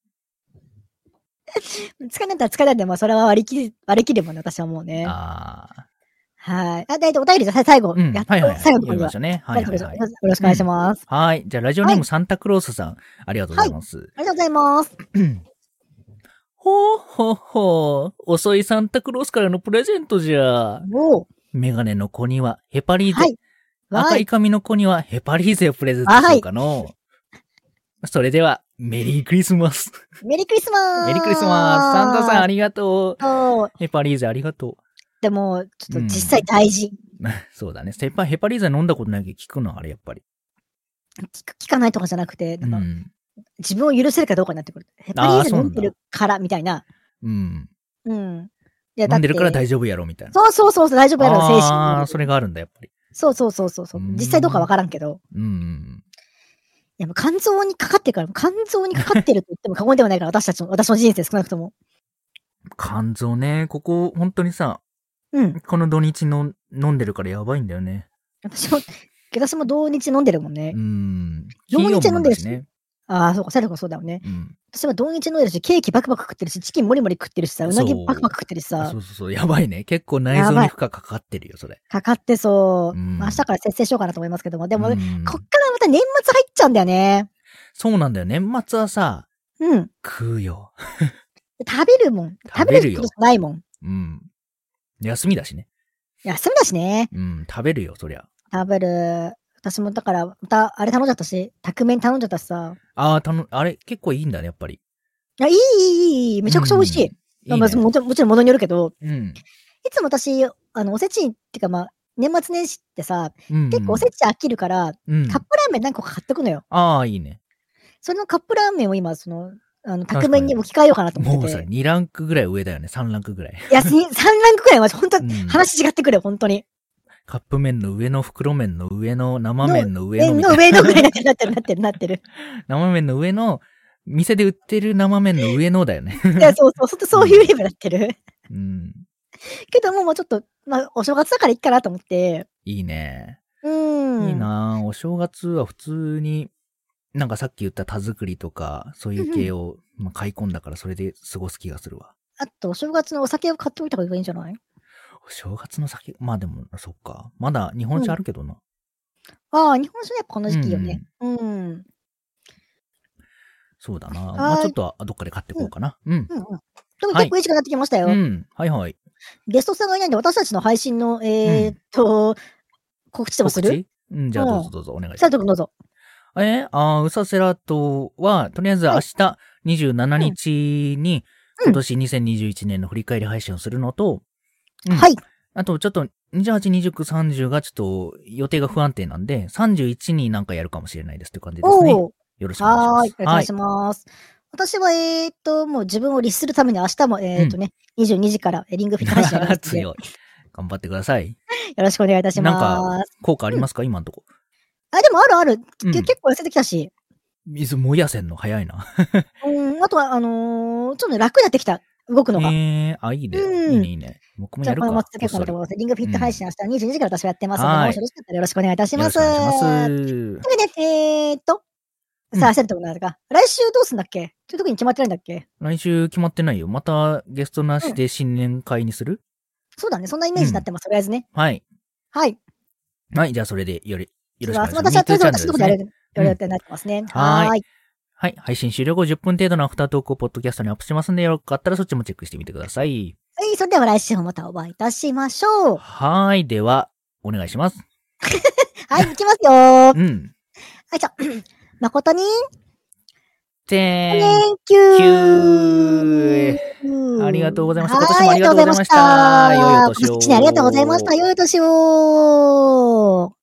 使えないたら使えないんで、まあそれは割り切り、割り切るもんね、私はもうね。 ああ。 はい。あ、だいたいお便りじゃ最後。 うん。 やっとはいはいはい。 最後の読みましたね。はいはいはい。 よろしくお願いします。 はい。じゃあ、ラジオネーはムサンタクロースさん、ありがとうございます。 ありがとうございます。 ほうほうほう。遅いサンタクロースからのプレゼントじゃ。 おー。 メガネの子にはヘパリーゼ。 はい。 赤い髪の子にはヘパリーゼをプレゼントしようかの。それでは、メリークリスマス。 メリークリスマス。 メリークリスマス。サンタさんありがとう。 そう。 ヘパリーゼありがとう。 でも、ちょっと実際大事。 うん、そうだね。ヘパ、ヘパリーゼ飲んだことないけど聞くのあれやっぱり。 聞く、聞かないとかじゃなくて、なんか、 うん、 自分を許せるかどうかになってくる。ヘパリーゼ飲んでるからみたいな。 うん。 うん。いや飲んでるから大丈夫やろみたいな。 そうそうそうそう、大丈夫やろ、精神。 ああ、それがあるんだ、やっぱり。 そうそうそうそうそう。実際どうかわからんけど。 うん。 いや、もう肝臓にかかってるから、肝臓にかかってると言っても過言ではないから、私たちの、私の人生少なくとも。 肝臓ね、ここ、本当にさ、 うん。 この土日の飲んでるからやばいんだよね。 私も、私も同日飲んでるもんね。 うん。 同日飲んでるしね。 ああ、そうか、セルフそうだよね。 うん。 私は同日飲んでるし、ケーキバクバク食ってるし、チキンモリモリ食ってるしさ、うなぎバクバク食ってるしさ。 そうそうそう、やばいね。結構内臓に負荷かかってるよ、それ。 かかってそう。 うん、 まあ、明日から節制しようかなと思いますけども。でも、 うん、 こっからまた年末入っちゃうんだよね。 そうなんだよ。年末はさ、 うん。 食うよ。 食べるもん。食べることないもん。 うん。休みだしね。 休みだしね。 うん、食べるよ、そりゃ。 食べる。私もだから、また、あれ頼んじゃったし、宅麺頼んじゃったしさ。 ああ、たの、あれ、結構いいんだね、やっぱり。 いや、いい、いい、いい。めちゃくちゃ美味しい。うん、いいね、まあ、もちろん、もちろん物によるけど。 うん。 いつも私、あの、おせちっていうかまあ、年末年始ってさ、うんうん、結構おせち飽きるから、うん、カップラーメン何個か買ってくのよ。 ああ、いいね。 そのカップラーメンを今、その、あの、宅麺に置き換えようかなと思ってて。 もうさ、にランクぐらい上だよね。さんランクぐらい。 いや、さんランクぐらいは、本当に話違ってくるよ、本当に。 カップ麺の上の袋麺の上の生麺の上のみたいな。の上のぐらいになってる、なってる、なってる。 生麺の上の、店で売ってる生麺の上のだよね。 いや、そうそう、そういうレベルになってる。 うん。 けども、もうちょっと、まあ、お正月だからいいかなと思って。 いいね。 うん。 いいなぁ。お正月は普通に、なんかさっき言った田作りとか、そういう系を、うん、まあ、買い込んだからそれで過ごす気がするわ。 あと、お正月のお酒を買っておいた方がいいんじゃない？ お正月の酒、まあでも、そっか。まだ日本酒あるけどな。 うん、ああ、日本酒やっぱこの時期よね。うん。うん、 そうだな。まあちょっとどっかで買ってこうかな。うん。うん、 うん、うん。でも結構いい時間になってきましたよ。 はい、うん。はいはい。 ゲストさんがいないんで、私たちの配信の、えー、っと、うん、告知でもする？ うん、じゃあどうぞどうぞお願いします。 さあ、どうぞ。 えー、あー、ウサセラトは、とりあえず明日にじゅうしちにちに、今年にせんにじゅういちねんの振り返り配信をするのと、 うん、はい。 あと、ちょっと、にじゅうはち、にじゅうきゅう、さんじゅうがちょっと予定が不安定なんで、さんじゅういちになんかやるかもしれないですっていう感じですね。よろしくお願いします。 はい。よろしくお願いします。私は、えー、っと、もう自分を律するために明日も、えー、っとね、うん、にじゅうにじからリングフィット配信やります。 強い。頑張ってください。 よろしくお願いいたします。 なんか、効果ありますか、うん、今んとこ。 あ、でもあるある。うん、結構痩せてきたし。 水燃やせんの早いな。 うん、あとは、あのー、ちょっと楽になってきた。動くのが。 えー、あ、いいね。うん、いいね、いいね。僕もやるか。 じゃあ、このまま続けようかなと思います。リングフィット配信明日にじゅうにじから私はやってますので、もしよろしかったらよろしくお願いいたします。 よろしくお願いします。 でね、えーっと、さあ、焦るとこなんだか。来週どうすんだっけ？ちょっと特に決まってないんだっけ？ 来週決まってないよ。またゲストなしで新年会にする？ そうだね。そんなイメージになってます。とりあえずね。 はい。 はい。 はい。じゃあ、それでより、よろしくお願いします。 私は、私のことやる、やるってなってますね。はい。 はい。配信終了後じゅっぷん程度のアフタートークをポッドキャストにアップしますんで、よかったらそっちもチェックしてみてください。 はい。それでは来週もまたお会いいたしましょう。 はい。では、お願いします。 はい。行きますよー。 うん。 はい。じゃあ、誠に、 Thank you! ありがとうございました。今年もありがとうございました。良いお年を。 今年一年ありがとうございました。良いお年を。